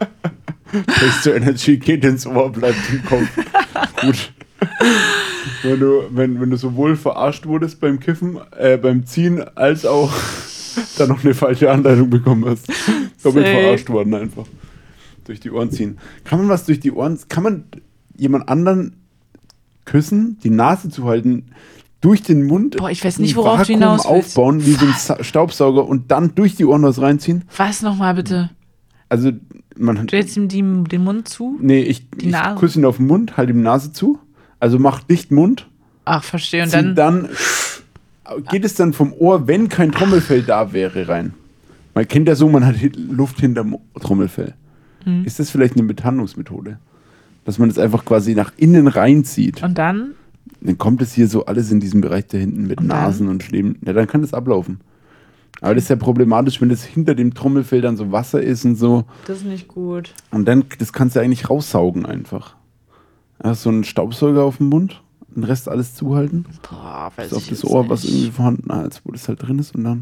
Dextro Energy geht ins Ohr, bleibt im Kopf. Gut. Wenn du, wenn, wenn du sowohl verarscht wurdest beim Kiffen, äh, beim Ziehen, als auch dann noch eine falsche Anleitung bekommen hast. Doppelt Safe. verarscht worden einfach. Durch die Ohren ziehen. Kann man was durch die Ohren, kann man jemand anderen küssen, die Nase zu halten, durch den Mund Boah, ich weiß nicht, ein worauf du Vakuum hinaus willst. aufbauen, wie so ein Sa- Staubsauger und dann durch die Ohren was reinziehen? Was nochmal bitte? Also, man hat. Du hältst ihm die, den Mund zu? Nee, ich, Die ich Nase. küsse ihn auf den Mund, halte ihm die Nase zu. Also mach dicht Mund. Ach, verstehe. Und Zieh dann, dann geht es dann vom Ohr, wenn kein Trommelfell da wäre, rein. Man kennt ja so, man hat Hi- Luft hinterm Trommelfell. Hm. Ist das vielleicht eine Behandlungsmethode? Dass man das einfach quasi nach innen reinzieht. und dann? Dann kommt es hier so alles in diesem Bereich da hinten mit Und dann? Nasen und Schleben. Ja, dann kann das ablaufen. Aber das ist ja problematisch, wenn das hinter dem Trommelfell dann so Wasser ist und so. Das ist nicht gut. Und dann, das kannst du eigentlich raussaugen einfach. Hast so einen Staubsauger auf dem Mund, den Rest alles zuhalten. Boah, weiß Bis auf ich das jetzt Ohr, nicht. was irgendwie vorhanden ist, wo das halt drin ist und dann.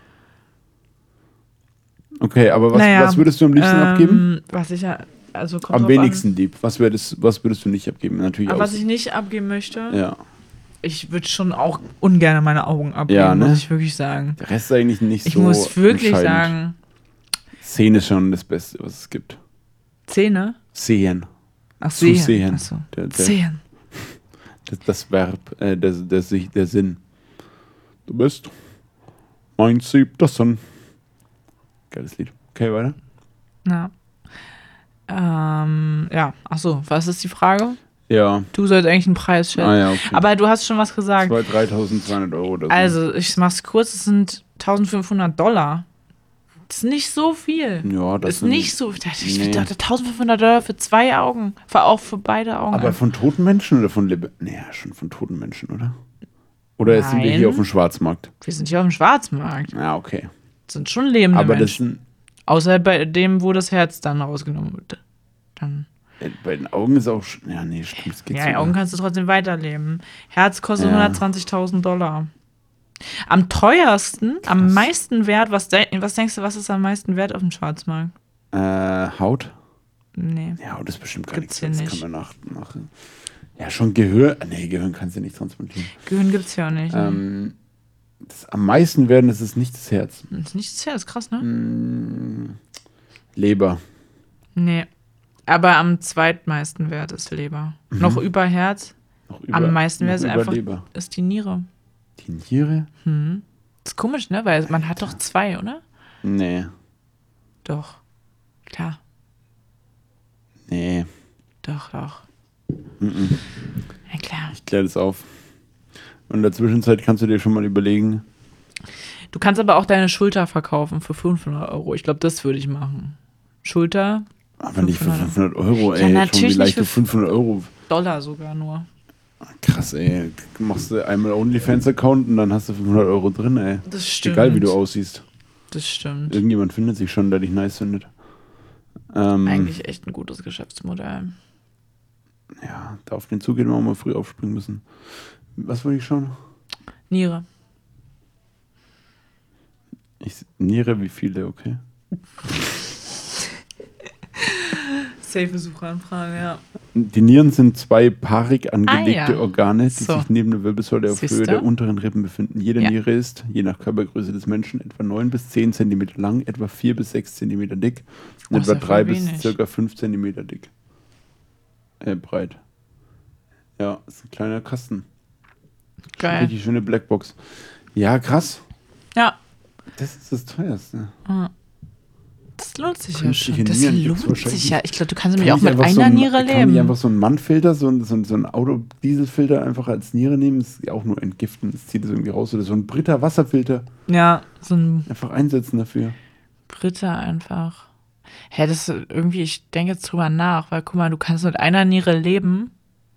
Okay, aber was, Naja, was würdest du am liebsten ähm, abgeben? Was ich ja, also kommt Am drauf wenigsten lieb. Was, würdest, was würdest du nicht abgeben? Natürlich an. Aber aus. was ich nicht abgeben möchte, Ja. ich würde schon auch ungern meine Augen abgeben, Ja, ne? muss ich wirklich sagen. Der Rest ist eigentlich nicht Ich so. muss wirklich entscheidend. sagen, Sehen ist schon das Beste, was es gibt. Zähne. Sehen. Ach, Zu sehen. sehen. Ach so. Der- der- Sehen. Das, das Verb, äh, der, der, Sich- der Sinn. Du bist mein siebter Sinn. Geiles Lied. Okay, weiter. Ja. Ähm, ja, ach so, was ist die Frage? Ja. Du sollst eigentlich einen Preis stellen. Ah ja, okay. Aber du hast schon was gesagt. Das war dreitausendzweihundert Euro oder so. Also, ich mach's kurz, es sind eintausendfünfhundert Dollar. Das ist nicht so viel. Ja, das ist sind- nicht so. Ich Nee. nee. eintausendfünfhundert Dollar für zwei Augen. Für auch für beide Augen. Aber von toten Menschen oder von Lebe? Naja, schon von toten Menschen, oder? Oder sind wir Nein. hier auf dem Schwarzmarkt? Wir sind hier auf dem Schwarzmarkt. Ja, okay. Das sind schon lebende Aber das Menschen. sind. Außer bei dem, wo das Herz dann rausgenommen wird. Dann. Äh, Bei den Augen ist auch. sch- Ja, nee, stimmt. Es geht Ja, so. die Augen kannst du trotzdem weiterleben. Herz kostet Ja. hundertzwanzigtausend Dollar. Am teuersten, am meisten wert, was, de was denkst du, was ist am meisten wert auf dem Schwarzmarkt? Äh, Haut? Nee. Ja, Haut ist bestimmt gar Gibt's nichts. hier Das nicht. kann man nach, nach. Ja, schon Gehirn. Nee, Gehirn kannst du nicht transportieren. Gehirn gibt's ja auch nicht. Ne? Ähm, das am meisten werden, das ist nicht das Herz. Das ist nicht das Herz, krass, ne? Mm, Leber. Nee. Aber am zweitmeisten wert ist Leber. Noch über Herz. Noch über, Am meisten noch wäre es über einfach, Leber. ist die Niere. Die Niere? Hm. Das ist komisch, ne? Weil man hat doch zwei, oder? Nee. Doch. Klar. Nee. Doch, doch. Mhm. Ja, klar. Ich kläre das auf. Und in der Zwischenzeit kannst du dir schon mal überlegen. Du kannst aber auch deine Schulter verkaufen für fünfhundert Euro. Ich glaube, das würde ich machen. Schulter, Aber nicht für fünfhundert. fünfhundert Euro, Ja, ey. natürlich schon wie leicht nicht du für fünfhundert Euro. Dollar sogar nur. Krass, ey. Machst du einmal OnlyFans-Account und dann hast du fünfhundert Euro drin, ey. Das stimmt. Egal, wie du aussiehst. Das stimmt. Irgendjemand findet sich schon, der dich nice findet. Ähm, Eigentlich echt ein gutes Geschäftsmodell. Ja, da auf den Zug hätten wir auch mal früh aufspringen müssen. Was wollte ich schauen? Niere. Ich Niere, wie viele, okay. Safe Suchanfrage, ja. Die Nieren sind zwei paarig angelegte Ah, ja. Organe, die So. sich neben der Wirbelsäule auf Siehste? Höhe der unteren Rippen befinden. Jede Ja. Niere ist, je nach Körpergröße des Menschen, etwa neun bis zehn Zentimeter lang, etwa vier bis sechs Zentimeter dick und Oh, ist etwa ja voll drei bis wenig. circa fünf Zentimeter dick. Äh, breit. Ja, ist ein kleiner Kasten. Geil. Richtig schöne Blackbox. Ja, krass. Ja. Das ist das teuerste. Das lohnt sich ja Künstliche schon. Das Nieren gibt's lohnt wahrscheinlich sich ja. Ich glaube, du kannst nämlich Kann auch ich mit einfach so einer ein- Niere Kann ich leben. einfach so einen Mannfilter, so ein, so ein, so ein Autodieselfilter einfach als Niere nehmen? Das ist ja auch nur entgiften. Das zieht es irgendwie raus. Oder so ein Brita Wasserfilter Ja, so ein einfach einsetzen dafür. Britta einfach. Hä, das ist irgendwie, ich denke jetzt drüber nach, weil guck mal, du kannst mit einer Niere leben,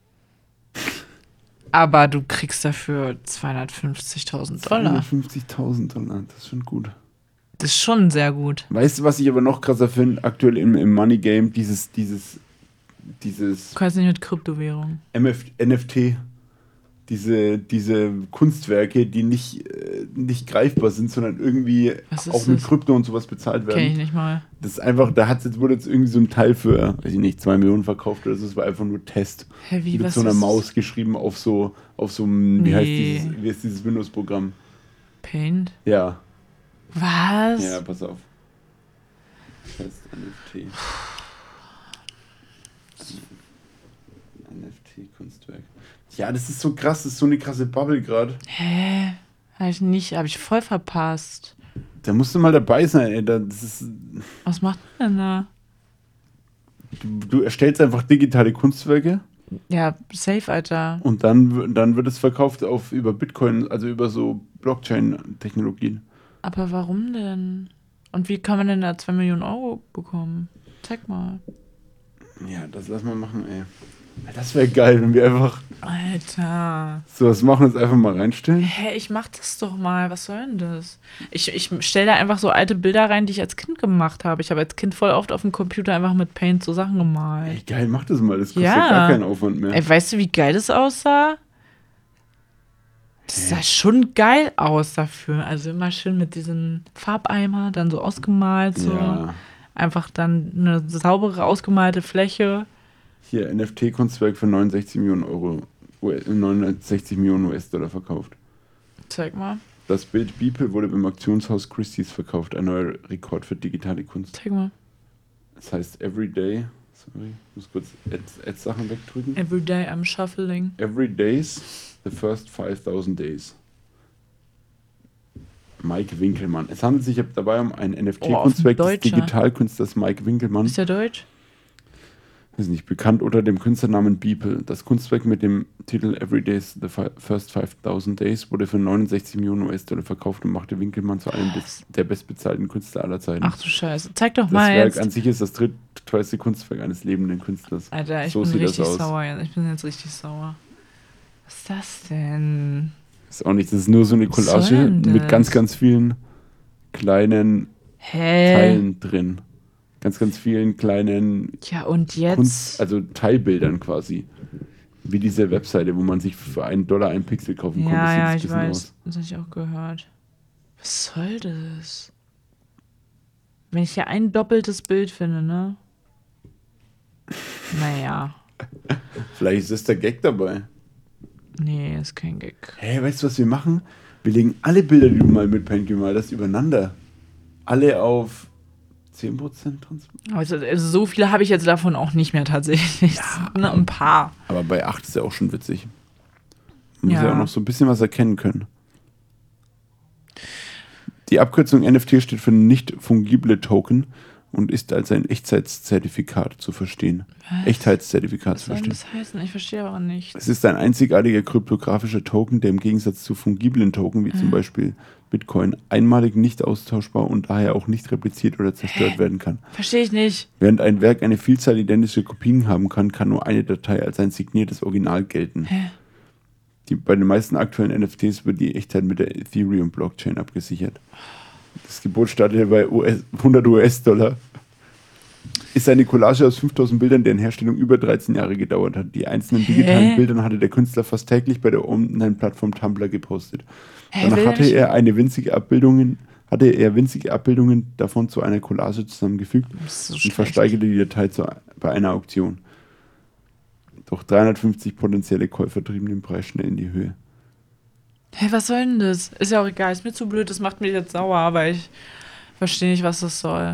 aber du kriegst dafür zweihundertfünfzigtausend Dollar. zweihundertfünfzigtausend Dollar, das ist schon gut. Das ist schon sehr gut. Weißt du, was ich aber noch krasser finde, aktuell im, im Money Game? Dieses, dieses, dieses Du kannst nicht mit Kryptowährung. M F, N F T. Diese, diese Kunstwerke, die nicht, äh, nicht greifbar sind, sondern irgendwie Was ist auch mit das? Krypto und sowas bezahlt werden. Kenn ich nicht mal. Das ist einfach, da hat's jetzt, wurde jetzt irgendwie so ein Teil für, weiß ich nicht, zwei Millionen verkauft oder so. Das war einfach nur Test. Hä, wie, Mit was so einer ist das? Maus geschrieben auf so, auf so einem, wie heißt Nee. dieses, wie heißt dieses Windows-Programm? Paint? Ja. Was? Ja, pass auf. Das heißt N F T. N F T-Kunstwerk. Ja, das ist so krass, das ist so eine krasse Bubble gerade. Hä? Hab ich nicht, hab ich voll verpasst. Da musst du mal dabei sein, ey. Da- Das ist, Was macht man denn da? du, du erstellst einfach digitale Kunstwerke Ja, safe, Alter. und dann, w- dann wird es verkauft auf über Bitcoin, also über so Blockchain-Technologien. Aber warum denn? Und wie kann man denn da zwei Millionen Euro bekommen? Zeig mal. Ja, das lass mal machen, ey. Das wäre geil, wenn wir einfach Alter. sowas machen und es einfach mal reinstellen. Hä, ich mach das doch mal. Was soll denn das? Ich, ich stelle da einfach so alte Bilder rein, die ich als Kind gemacht habe. Ich habe als Kind voll oft auf dem Computer einfach mit Paint so Sachen gemalt. Ey, geil, mach das mal, das kostet Ja. gar keinen Aufwand mehr. Ey, weißt du, wie geil das aussah? Das sah schon geil aus dafür. Also immer schön mit diesem Farbeimer, dann so ausgemalt. So. Ja. Einfach dann eine saubere, ausgemalte Fläche. Hier, N F T-Kunstwerk für neunundsechzig Millionen Euro, neunundsechzig Millionen U S-Dollar verkauft. Zeig mal. Das Bild Beeple wurde beim Auktionshaus Christie's verkauft, ein neuer Rekord für digitale Kunst. Zeig mal. Das heißt Everyday, sorry, ich muss kurz Ad- Ad-Sachen wegdrücken. Everyday I'm shuffling. Every days, the first five thousand days. Mike Winkelmann. Es handelt sich dabei um ein N F T-Kunstwerk Oh, auf des Deutscher. Digitalkünstlers Mike Winkelmann. Ist der deutsch? Ist nicht bekannt unter dem Künstlernamen Beeple. Das Kunstwerk mit dem Titel Every Days The Fi- First fünftausend Days wurde für neunundsechzig Millionen U S-Dollar verkauft und machte Winkelmann zu einem des, der bestbezahlten Künstler aller Zeiten. Ach du Scheiße. Zeig doch das mal Werk jetzt. an sich ist das drittteuerste Kunstwerk eines lebenden Künstlers. Alter, ich so bin sieht richtig das aus. sauer jetzt. Ich bin jetzt richtig sauer. Was ist das denn? Ist auch nicht, das ist nur so eine Was soll Collage denn mit das? ganz, ganz vielen kleinen Hä? Teilen drin. Ganz, ganz vielen kleinen Ja, und jetzt? Kunst, also Teilbildern quasi. Wie diese Webseite, wo man sich für einen Dollar einen Pixel kaufen konnte. Ja, sieht ja, das ich bisschen weiß. aus. Das habe ich auch gehört. Was soll das? Wenn ich hier ein doppeltes Bild finde, ne? Naja. Vielleicht ist das der Gag dabei. Nee, ist kein Gag. Hey, weißt du, was wir machen? Wir legen alle Bilder, die du mal mit Paint gemalt hast, übereinander. Alle auf zehn Prozent Transparenz. Also, also so viele habe ich jetzt davon auch nicht mehr tatsächlich. Ja. Ne, ein paar. Aber bei acht ist ja auch schon witzig. Man muss Ja. ja auch noch so ein bisschen was erkennen können. Die Abkürzung N F T steht für nicht fungible Token und ist als ein Echtheitszertifikat zu verstehen. Was? Echtheitszertifikat Was zu soll verstehen. das heißen? Ich verstehe aber nicht. Es ist ein einzigartiger kryptografischer Token, der im Gegensatz zu fungiblen Token, wie zum Beispiel Bitcoin, einmalig nicht austauschbar und daher auch nicht repliziert oder zerstört werden kann. Verstehe ich nicht. Während ein Werk eine Vielzahl identischer Kopien haben kann, kann nur eine Datei als ein signiertes Original gelten. Hä? Die, bei den meisten aktuellen N F Ts wird die Echtheit mit der Ethereum-Blockchain abgesichert. Das Gebot startete bei U S hundert US-Dollar. Ist eine Collage aus fünftausend Bildern, deren Herstellung über dreizehn Jahre gedauert hat. Die einzelnen Hä? digitalen Bildern hatte der Künstler fast täglich bei der Online-Plattform Tumblr gepostet. Hä, Danach will hatte nicht- er eine winzige Abbildungen, hatte er winzige Abbildungen davon zu einer Collage zusammengefügt Das ist so und schlecht. versteigerte die Datei zu, bei einer Auktion. Doch dreihundertfünfzig potenzielle Käufer trieben den Preis schnell in die Höhe. Hä, was soll denn das? Ist ja auch egal, ist mir zu blöd, das macht mich jetzt sauer, aber ich verstehe nicht, was das soll.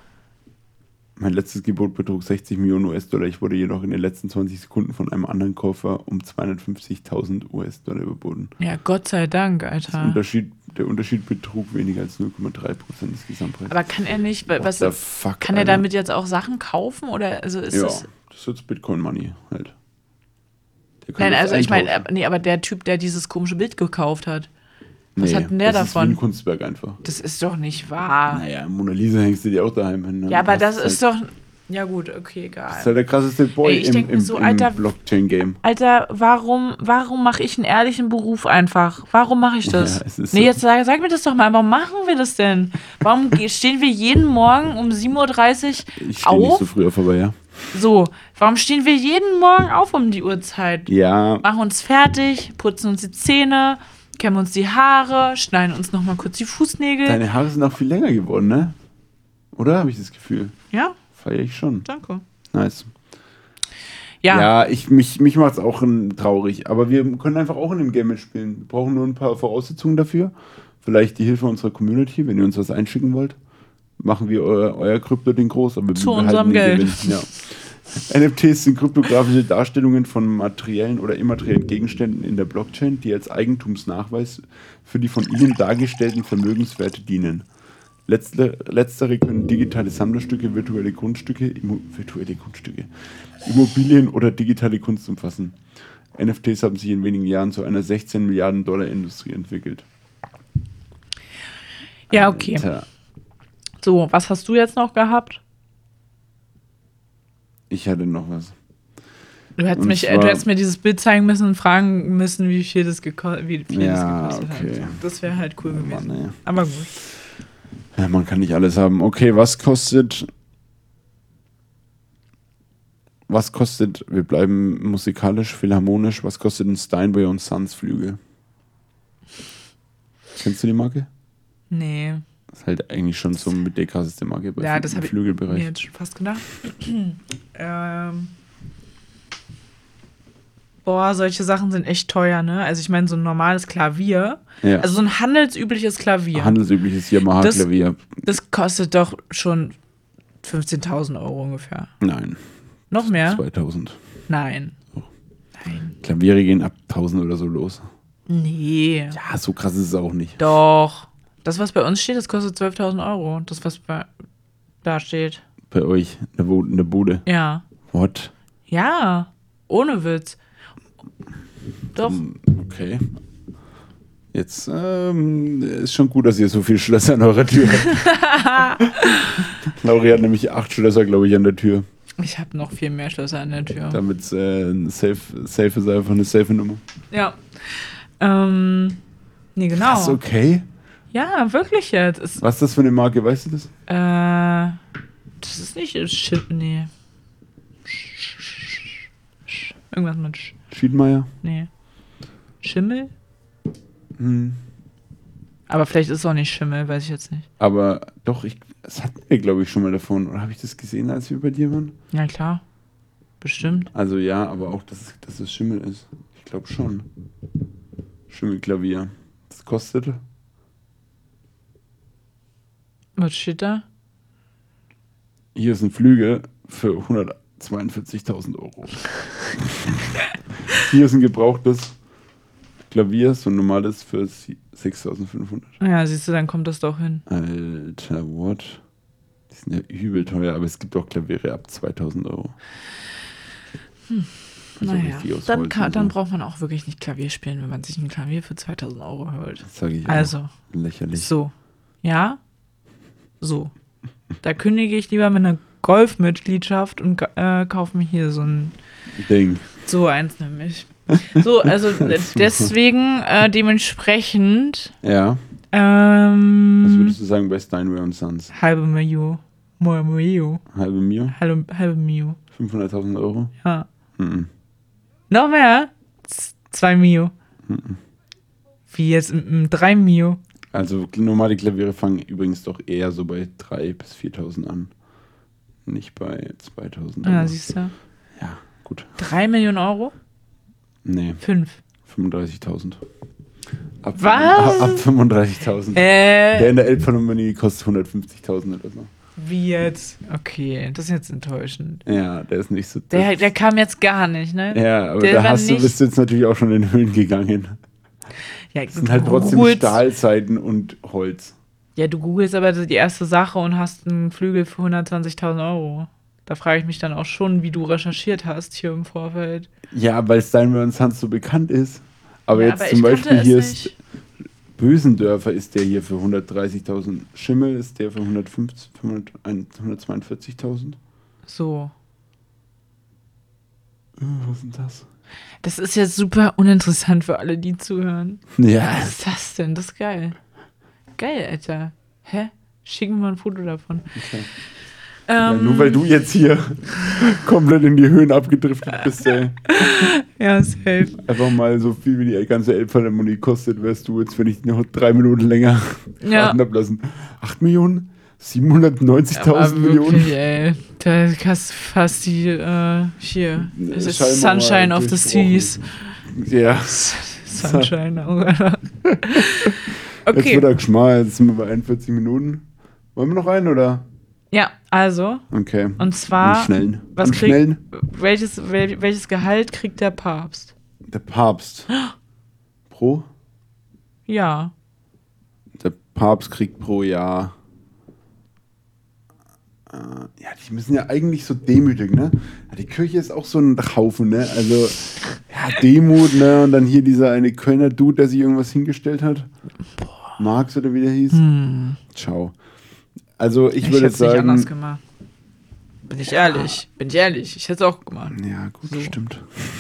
Mein letztes Gebot betrug sechzig Millionen US-Dollar. Ich wurde jedoch in den letzten zwanzig Sekunden von einem anderen Käufer um zweihundertfünfzigtausend US-Dollar überboten. Ja, Gott sei Dank, Das Alter. Unterschied, der Unterschied betrug weniger als null Komma drei Prozent des Gesamtpreises. Aber kann er nicht, wa- was, What the fuck, kann er Alter? damit jetzt auch Sachen kaufen oder also ist Ja, das... das ist jetzt Bitcoin-Money halt. Der kann Nein, das also ich meine, eintauschen. äh, nee, aber der Typ, der dieses komische Bild gekauft hat, was Nee, hat denn der das davon? ist wie ein Kunstwerk einfach. das ist doch nicht wahr. Naja, Mona Lisa hängst du dir auch daheim hin. ne? Ja, aber das ist ist halt, doch... Ja gut, okay, egal. Das ist halt der krasseste Boy Ey, ich im, denk mir im, so, im Alter, Blockchain-Game. Alter, warum, warum mache ich einen ehrlichen Beruf einfach? Warum mache ich das? Ja, es ist nee, so. jetzt sag, sag mir das doch mal. Warum machen wir das denn? Warum ge- stehen wir jeden Morgen um sieben Uhr dreißig Ich stehe nicht auf? so früh auf, aber ja. So, warum stehen wir jeden Morgen auf um die Uhrzeit? Ja, Machen uns fertig, putzen uns die Zähne, kämmen uns die Haare, schneiden uns noch mal kurz die Fußnägel. deine Haare sind auch viel länger geworden, ne? Oder habe ich das Gefühl? Ja, Feiere ich schon. danke. Nice. Ja, Ja, ich, mich, mich macht es auch ähm, traurig. Aber wir können einfach auch in dem Game mitspielen. Wir brauchen nur ein paar Voraussetzungen dafür. Vielleicht die Hilfe unserer Community, wenn ihr uns was einschicken wollt. Machen wir euer, euer Krypto-Ding groß. Aber wir Zu behalten unserem den Geld. Gewinn. Ja. N F Ts sind kryptografische Darstellungen von materiellen oder immateriellen Gegenständen in der Blockchain, die als Eigentumsnachweis für die von ihnen dargestellten Vermögenswerte dienen. Letztere, letztere können digitale Sammlerstücke, virtuelle Grundstücke, Immo, virtuelle Grundstücke, Immobilien oder digitale Kunst umfassen. N F Ts haben sich in wenigen Jahren zu einer sechzehn Milliarden Dollar Industrie entwickelt. ja, okay. Alter, So, was hast du jetzt noch gehabt? ich hatte noch was. Du hättest, Und mich, äh, zwar- du hättest mir dieses Bild zeigen müssen und fragen müssen, wie viel das, geko wie viel Ja, das gekostet okay. hat. Das wäre halt cool gewesen. Mann, ey. Aber gut. Ja, man kann nicht alles haben. Okay, was kostet. Was kostet, wir bleiben musikalisch, philharmonisch, was kostet ein Steinway und Sons Flügel? Kennst du die Marke? Nee. Das ist halt eigentlich schon so mit der krasseste Marke bei Ja, Fl- das im habe ich mir Flügelbereich. jetzt schon fast gedacht. ähm. Boah, solche Sachen sind echt teuer, ne? Also ich meine, so ein normales Klavier, Ja. also so ein handelsübliches Klavier, Handelsübliches Yamaha-Klavier. das kostet doch schon fünfzehntausend Euro ungefähr. Nein, Noch mehr? zweitausend. Nein. Oh. Nein. Klaviere gehen ab tausend oder so los. Nee. Ja, so krass ist es auch nicht. Doch. Das, was bei uns steht, das kostet zwölftausend Euro. Das, was bei, da steht. Bei euch, in der, Wo- in der Bude. Ja. What? Ja. Ohne Witz. Doch. Okay. Jetzt ähm, ist schon gut, dass ihr so viele Schlösser an eurer Tür habt. Lauri hat nämlich acht Schlösser, glaube ich, an der Tür. Ich habe noch viel mehr Schlösser an der Tür. Damit es äh, ein safe, safe ist, einfach eine safe Nummer. Ja. Ähm, nee, genau. Ist okay. Ja, wirklich jetzt. Es, Was ist das für eine Marke, weißt du das? äh, das ist nicht Shit, nee. Irgendwas mit Sch, Schiedmeier? nee. Schimmel? Hm. Aber vielleicht ist es auch nicht Schimmel, weiß ich jetzt nicht. Aber doch, ich, das hatten wir, glaube ich, schon mal davon. Oder habe ich das gesehen, als wir bei dir waren? Ja, klar. Bestimmt. Also ja, aber auch, dass, dass es Schimmel ist. Ich glaube schon. Schimmelklavier. Das kostet Was steht da? Hier ist ein Flügel für hundertzweiundvierzigtausend Euro. Hier ist ein gebrauchtes Klavier, so ein normales für sechstausendfünfhundert. Ja, siehst du, dann kommt das doch hin. Alter, what? Die sind ja übel teuer, aber es gibt auch Klaviere ab zweitausend Euro. Hm. Also Naja, richtig aus dann, Holz kann, und dann so. braucht man auch wirklich nicht Klavier spielen, wenn man sich ein Klavier für zweitausend Euro holt. Das sage ich Also, auch. Lächerlich. so. Ja? So. Da kündige ich lieber mit einer Golfmitgliedschaft und äh, kaufe mir hier so ein, Ding. so eins nämlich. So, also äh, deswegen äh, dementsprechend Ja. ähm, Was würdest du sagen bei Steinway und Sons? halbe Million. Mo- Mio. Halbe Mio? Halbe, halbe Mio. fünfhunderttausend Euro? Ja. Mhm. Noch mehr? Z- Zwei Mio. Mhm. Wie jetzt m- m- drei Mio. Also normale Klaviere fangen übrigens doch eher so bei dreitausend bis viertausend an. Nicht bei zweitausend. Ja, aber- siehst du. Ja, gut. Drei Millionen Euro? Nee, Fünf. fünfunddreißigtausend. Ab, Was? Ab fünfunddreißigtausend. Der Äh, in der Elbphilharmonie kostet hundertfünfzigtausend oder so. wie jetzt? Okay, das ist jetzt enttäuschend. Ja, der ist nicht so... Der, das- der kam jetzt gar nicht, ne? ja, aber der da war hast du, nicht- bist du jetzt natürlich auch schon in den Höhen gegangen. Ja, Das sind halt trotzdem googelst- Stahlseiten und Holz. Ja, du googelst aber die erste Sache und hast einen Flügel für hundertzwanzigtausend Euro. Da frage ich mich dann auch schon, wie du recherchiert hast hier im Vorfeld. Ja, weil Steinway und Sons so bekannt ist. Aber Ja, jetzt aber zum ich kannte Beispiel es hier nicht. ist Bösendörfer ist der hier für hundertdreißigtausend. Schimmel ist der für hundertfünfzig, hundertzweiundvierzigtausend. So. Oh, was ist denn das? Das ist jetzt super uninteressant für alle, die zuhören. Ja. Was ist das denn? Das ist geil. Geil, Alter. Hä? Schick mir mal ein Foto davon. Okay. Ähm, Ja, nur weil du jetzt hier komplett in die Höhen abgedriftet bist, ey. Ja, safe. Einfach mal so viel wie die ganze Elbphilharmonie kostet, wärst du jetzt, wenn ich noch drei Minuten länger Ja. raten hab lassen. acht Millionen? siebenhundertneunzigtausend Aber Millionen? wirklich, ey. Da hast fast die, äh, hier. Es ist Schallmauer Sunshine of the durchbrochen. Seas. Ja. Sunshine. Oh. Jetzt Okay. wird er geschmalt, jetzt sind wir bei einundvierzig Minuten. Wollen wir noch einen, oder? Ja, also, Okay. und zwar, Am Schnellen. was Am krieg- Schnellen? welches, wel, welches Gehalt kriegt der Papst? Der Papst. Pro? Ja. Der Papst kriegt pro Jahr. Äh, ja, die müssen ja eigentlich so demütig, ne? Ja, die Kirche ist auch so ein Haufen, ne? Also, ja, Demut, ne? Und dann hier dieser eine Kölner Dude, der sich irgendwas hingestellt hat. Marx oder wie der hieß. Hm. Ciao. Also, ich, Ich würde hätte es nicht sagen. anders gemacht. Bin ich ehrlich. Bin ich ehrlich. Ich hätte es auch gemacht. Ja, gut, So. stimmt.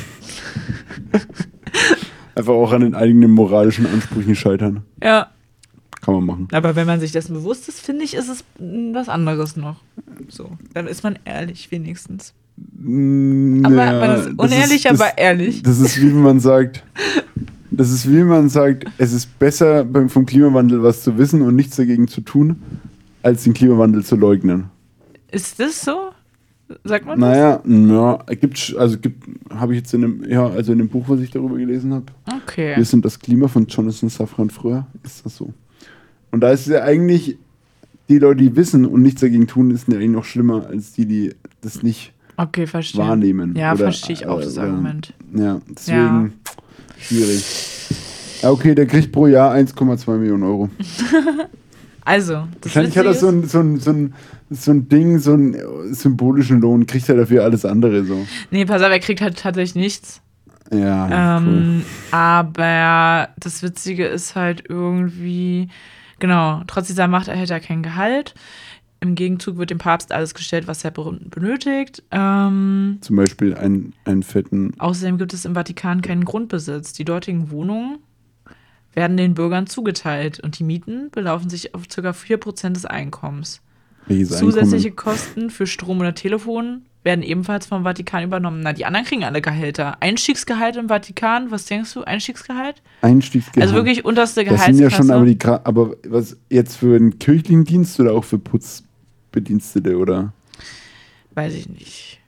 Einfach auch an den eigenen moralischen Ansprüchen scheitern. Ja. Kann man machen. Aber wenn man sich dessen bewusst ist, finde ich, ist es mm, was anderes noch. So. Dann ist man ehrlich wenigstens. Mm, Aber ja, man ist unehrlich, das, aber ehrlich. Das ist wie wenn man sagt, das ist wie wenn man sagt, es ist besser beim, vom Klimawandel was zu wissen und nichts dagegen zu tun, als den Klimawandel zu leugnen. Ist das so? Sagt man Naja, ja, gibt also gibt, habe ich jetzt in dem, ja, also in dem Buch, was ich darüber gelesen habe. das? Okay. Wir sind das Klima von Jonathan Safran früher, ist das so. Und da ist es ja eigentlich, die Leute, die wissen und nichts dagegen tun, ist ja eigentlich noch schlimmer, als die, die das nicht Okay, verstehe. wahrnehmen. Ja, Oder, verstehe ich auch äh, das äh, Argument. Ja, deswegen schwierig. Ja, okay, der kriegt pro Jahr eins Komma zwei Millionen Euro. Also, das Wahrscheinlich hat er so Witzige ein, so, ein, so, ein, so ein Ding, so einen symbolischen Lohn, kriegt er dafür alles andere so. ist- Nee, pass auf, er kriegt halt tatsächlich nichts. Ja, Ähm, Aber das Witzige ist halt irgendwie, genau, trotz dieser Macht erhält er kein Gehalt. Im Gegenzug wird dem Papst alles gestellt, was er be- benötigt. Ähm, Zum Beispiel einen, einen fetten. außerdem gibt es im Vatikan keinen Grundbesitz. Die dortigen Wohnungen werden den Bürgern zugeteilt und die Mieten belaufen sich auf ca. vier Prozent des Einkommens. Welches Zusätzliche Einkommen? Kosten für Strom oder Telefon werden ebenfalls vom Vatikan übernommen. Na, die anderen kriegen alle Gehälter. Einstiegsgehalt im Vatikan, was denkst du? Einstiegsgehalt? Einstiegsgehalt. Also wirklich unterste Das Gehaltsklasse. sind ja schon aber die Gra- aber was jetzt für einen kirchlichen Dienst oder auch für Putzbedienstete oder? Weiß ich nicht.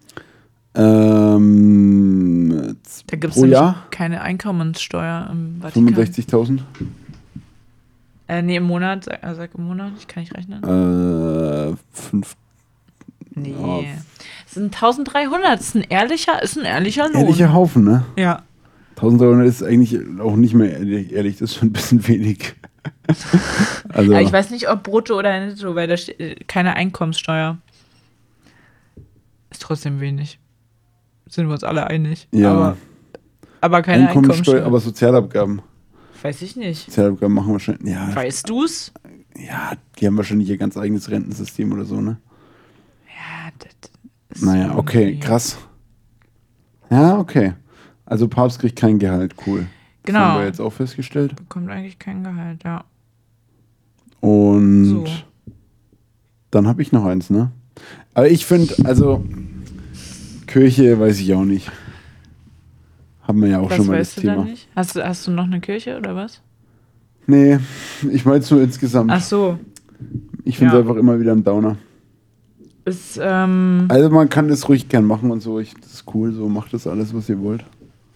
Ähm, Da gibt es pro Jahr keine Einkommenssteuer im Vatikan. fünfundsechzigtausend. Äh, nee, im Monat. Sag, äh, sag im Monat, ich kann nicht rechnen. Äh, fünf. Nee. Oh. Es sind eintausenddreihundert. Das ist ein ehrlicher, ist ein ehrlicher Lohn. Ehrlicher Haufen, ne? Ja. eintausenddreihundert ist eigentlich auch nicht mehr ehrlich, ehrlich, das ist schon ein bisschen wenig. Also, Ja, ich weiß nicht, ob brutto oder netto, weil da steht keine Einkommenssteuer. Ist trotzdem wenig. Sind wir uns alle einig. ja, Aber, aber keine Einkommensteuer, Einkommenssteuer. aber Sozialabgaben. Weiß ich nicht. Sozialabgaben machen wahrscheinlich, ja, Weißt du's? ja, die haben wahrscheinlich ihr ganz eigenes Rentensystem oder so, ne? Ja, das ist Naja, okay, irgendwie- krass. Ja, okay. Also Papst kriegt kein Gehalt, cool. Das Genau. haben wir jetzt auch festgestellt. Bekommt eigentlich kein Gehalt, ja. Und So. dann habe ich noch eins, ne? Aber ich finde, also Kirche weiß ich auch nicht. Haben wir ja auch Was schon mal weißt das du da Thema. nicht? Hast du, hast du noch eine Kirche oder was? Nee, ich meine es nur insgesamt. Ach so. Ich finde es ja. einfach immer wieder ein Downer. Ist, ähm, Also man kann das ruhig gern machen und so. Ich, das ist cool, so macht das alles, was ihr wollt.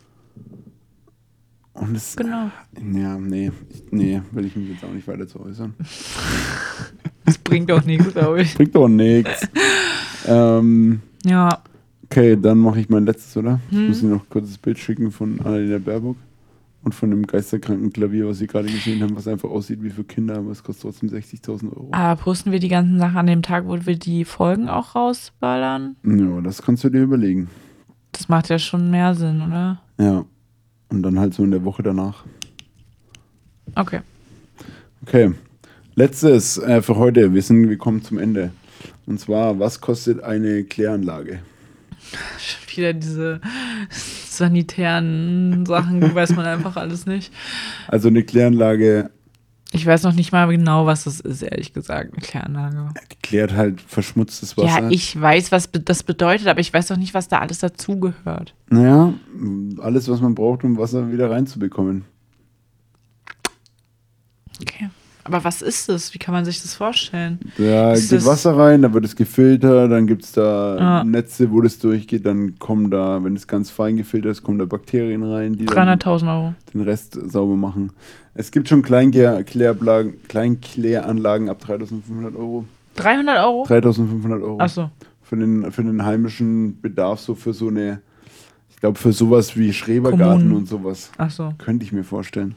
Und es, genau. ja, nee, ich, nee, will ich mich jetzt auch nicht weiter zu äußern. Das bringt auch nichts, glaube ich. Bringt doch nichts. Ähm, Ja. okay, dann mache ich mein letztes, oder? Ich Hm. muss Ihnen noch kurz das Bild schicken von Annalena Baerbock und von dem geisterkranken Klavier, was Sie gerade gesehen haben, was einfach aussieht wie für Kinder, aber es kostet trotzdem sechzigtausend Euro. Aber posten wir die ganzen Sachen an dem Tag, wo wir die Folgen auch rausballern? Ja, das kannst du dir überlegen. Das macht ja schon mehr Sinn, oder? Ja. Und dann halt so in der Woche danach. Okay. Okay. Letztes äh, für heute. Wir sind, wir kommen zum Ende. Und zwar, was kostet eine Kläranlage? Schon wieder diese sanitären Sachen, weiß man einfach alles nicht. Also eine Kläranlage Ich weiß noch nicht mal genau, was das ist, ehrlich gesagt, eine Kläranlage. klärt halt verschmutztes Wasser. Ja, ich weiß, was be- das bedeutet, aber ich weiß doch nicht, was da alles dazugehört. Naja, alles, was man braucht, um Wasser wieder reinzubekommen. Okay. Aber was ist das? Wie kann man sich das vorstellen? Da Ist geht das- Wasser rein, da wird es gefiltert, dann gibt es da Ah. Netze, wo das durchgeht, dann kommen da, wenn es ganz fein gefiltert ist, kommen da Bakterien rein, die dann dreihunderttausend Euro. den Rest sauber machen. Es gibt schon Kleinklär- Kleinkläranlagen ab dreitausendfünfhundert Euro. dreihundert Euro? dreitausendfünfhundert Euro. Achso. Für den, für den heimischen Bedarf, so für so eine, ich glaube, für sowas wie Schrebergarten Kommunen. und sowas. Achso. Könnte ich mir vorstellen.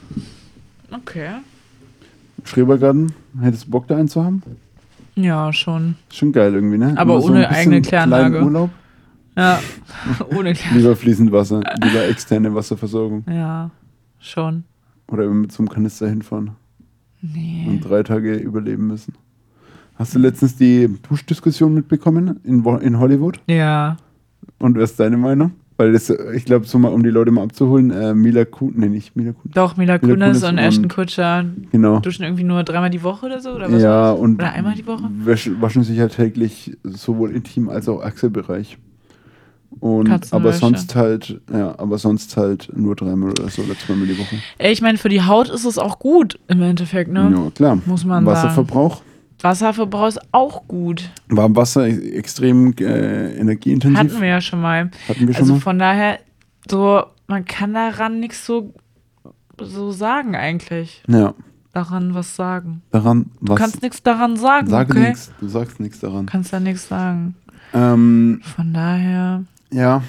Okay. Schrebergarten, hättest du Bock da einen zu haben? Ja, schon. Ist schon geil irgendwie, ne? Aber Immer so ohne ein bisschen eigene Kläranlage. kleinen Urlaub. Ja. Ohne Kläranlage. Lieber fließend Wasser, lieber externe Wasserversorgung. Ja, schon. Oder immer mit so einem Kanister hinfahren Nee. und drei Tage überleben müssen. Hast du letztens die Bush-Diskussion mitbekommen in, Wo- in Hollywood? Ja. Und was ist deine Meinung? Weil das, ich glaube, so mal, um die Leute mal abzuholen, äh, Mila Kunis, nee, nicht Mila Kunis. Doch, Mila Mila Kunis Kunis und Ashton und- Kutscher Genau. duschen irgendwie nur dreimal die Woche oder so? Oder was Ja, war das? und Oder einmal die Woche? wasch, waschen sich halt täglich sowohl Intim- als auch Achselbereich. Und Katzenwäsche. aber sonst halt, ja, aber sonst halt nur dreimal oder so oder zweimal die Woche. Ey, ich meine, für die Haut ist es auch gut im Endeffekt, ne? Ja, klar. Muss man Wasserverbrauch. Wasserverbrauch ist auch gut. Warmwasser e- extrem äh, energieintensiv. Hatten wir ja schon mal. Hatten wir schon Also mal. von daher, so, man kann daran nichts so, so sagen eigentlich. Ja, Daran was sagen. daran, Du was? kannst nichts daran sagen, Sag okay? nichts, du sagst nichts daran. Du kannst da nichts sagen. Ähm, Von daher. ja,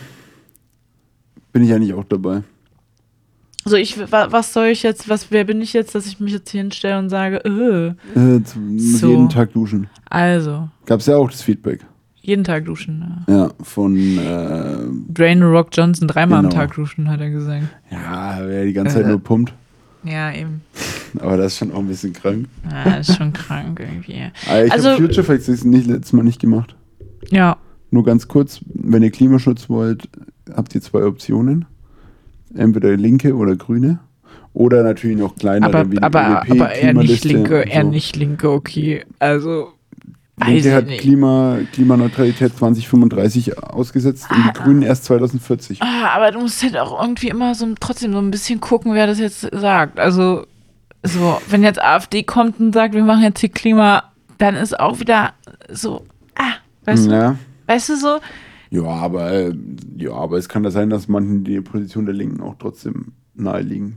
bin ich eigentlich auch dabei. Also ich, wa- was soll ich jetzt, was, wer bin ich jetzt, dass ich mich jetzt hier hinstelle und sage, äh, Äh, zu- muss So. jeden Tag duschen. also, Gab es ja auch das Feedback. jeden Tag duschen. Ja. Ja, von, äh, Dwayne Rock Johnson dreimal am Genau. Tag duschen, hat er gesagt. ja, wer die ganze Zeit Äh. nur pumpt. Ja, eben. Aber das ist schon auch ein bisschen krank. Ja, ist schon krank irgendwie. Aber ich Also- habe Future Facts nicht, letztes Mal nicht gemacht. Ja, Nur ganz kurz, wenn ihr Klimaschutz wollt, habt ihr zwei Optionen. Entweder linke oder grüne. Oder natürlich noch kleinere Aber, wie die aber, O D P, aber eher nicht Klimaliste linke, und eher so. nicht linke, okay. Also, weiß Linke ich hat nicht. Klima, Klimaneutralität zwanzig fünfunddreißig ausgesetzt und die Grünen erst zwanzig vierzig. Ah, aber du musst halt auch irgendwie immer so trotzdem so ein bisschen gucken, wer das jetzt sagt. Also, so, wenn jetzt AfD kommt und sagt, wir machen jetzt hier Klima, dann ist auch wieder so, ah, weißt du, Ja. weißt du so? Ja, aber, äh, ja, aber es kann da sein, dass manchen die Position der Linken auch trotzdem nahe liegen.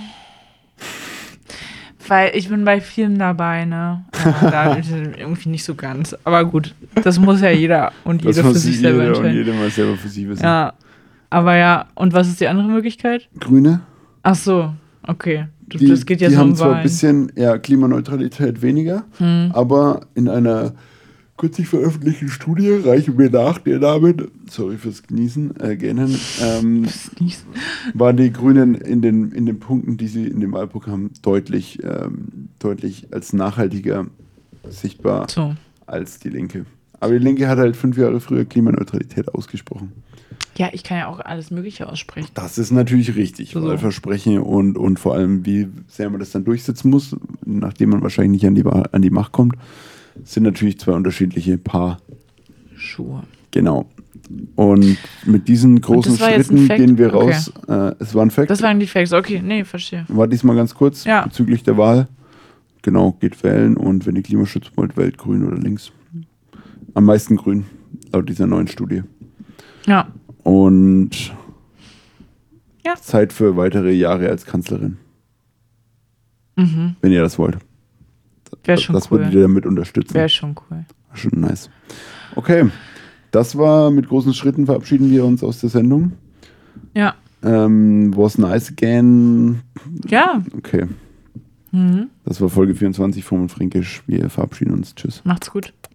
Weil ich bin bei vielen dabei, ne? Ja, da ist es irgendwie nicht so ganz. Aber gut, das muss ja jeder und Das jeder für muss sich selber jeder und entscheiden. jeder mal selber für sich wissen. Ja, aber ja, und was ist die andere Möglichkeit? Grüne, Ach so, okay. Du, die, das geht ja die so haben um zwar ein Wahlen. bisschen ja, Klimaneutralität weniger, Hm. aber in einer kürzlich veröffentlichten Studie, reichen wir nach, der Namen, sorry fürs Genießen, äh, Gähnen, ähm, waren die Grünen in den, in den Punkten, die sie in dem Wahlprogramm deutlich, ähm, deutlich als nachhaltiger sichtbar So. als die Linke. Aber die Linke hat halt fünf Jahre früher Klimaneutralität ausgesprochen. Ja, ich kann ja auch alles Mögliche aussprechen. Das ist natürlich richtig, So. Wahlversprechen und, und vor allem, wie sehr man das dann durchsetzen muss, nachdem man wahrscheinlich nicht an die, Wahl- an die Macht kommt, sind natürlich zwei unterschiedliche Paar. Schuhe. Genau. Und mit diesen großen das war jetzt ein Schritten Fact? gehen wir Okay. raus. Äh, es war ein Fact. Das waren die Facts. Okay, nee, verstehe. War diesmal ganz kurz Ja. bezüglich der Wahl. Genau, geht wählen und wenn ihr Klimaschutz wollt, wählt grün oder links. Am meisten grün, laut dieser neuen Studie. Ja. Und Ja. Zeit für weitere Jahre als Kanzlerin, Mhm. wenn ihr das wollt. Wäre schon das cool. würdet ihr damit unterstützen. Wäre schon cool. Schon nice. Okay, das war mit großen Schritten verabschieden wir uns aus der Sendung. Ja. Ähm, was nice again. Ja. Okay, Mhm. das war Folge vierundzwanzig von Fränkisch. Wir verabschieden uns. Tschüss. Macht's gut.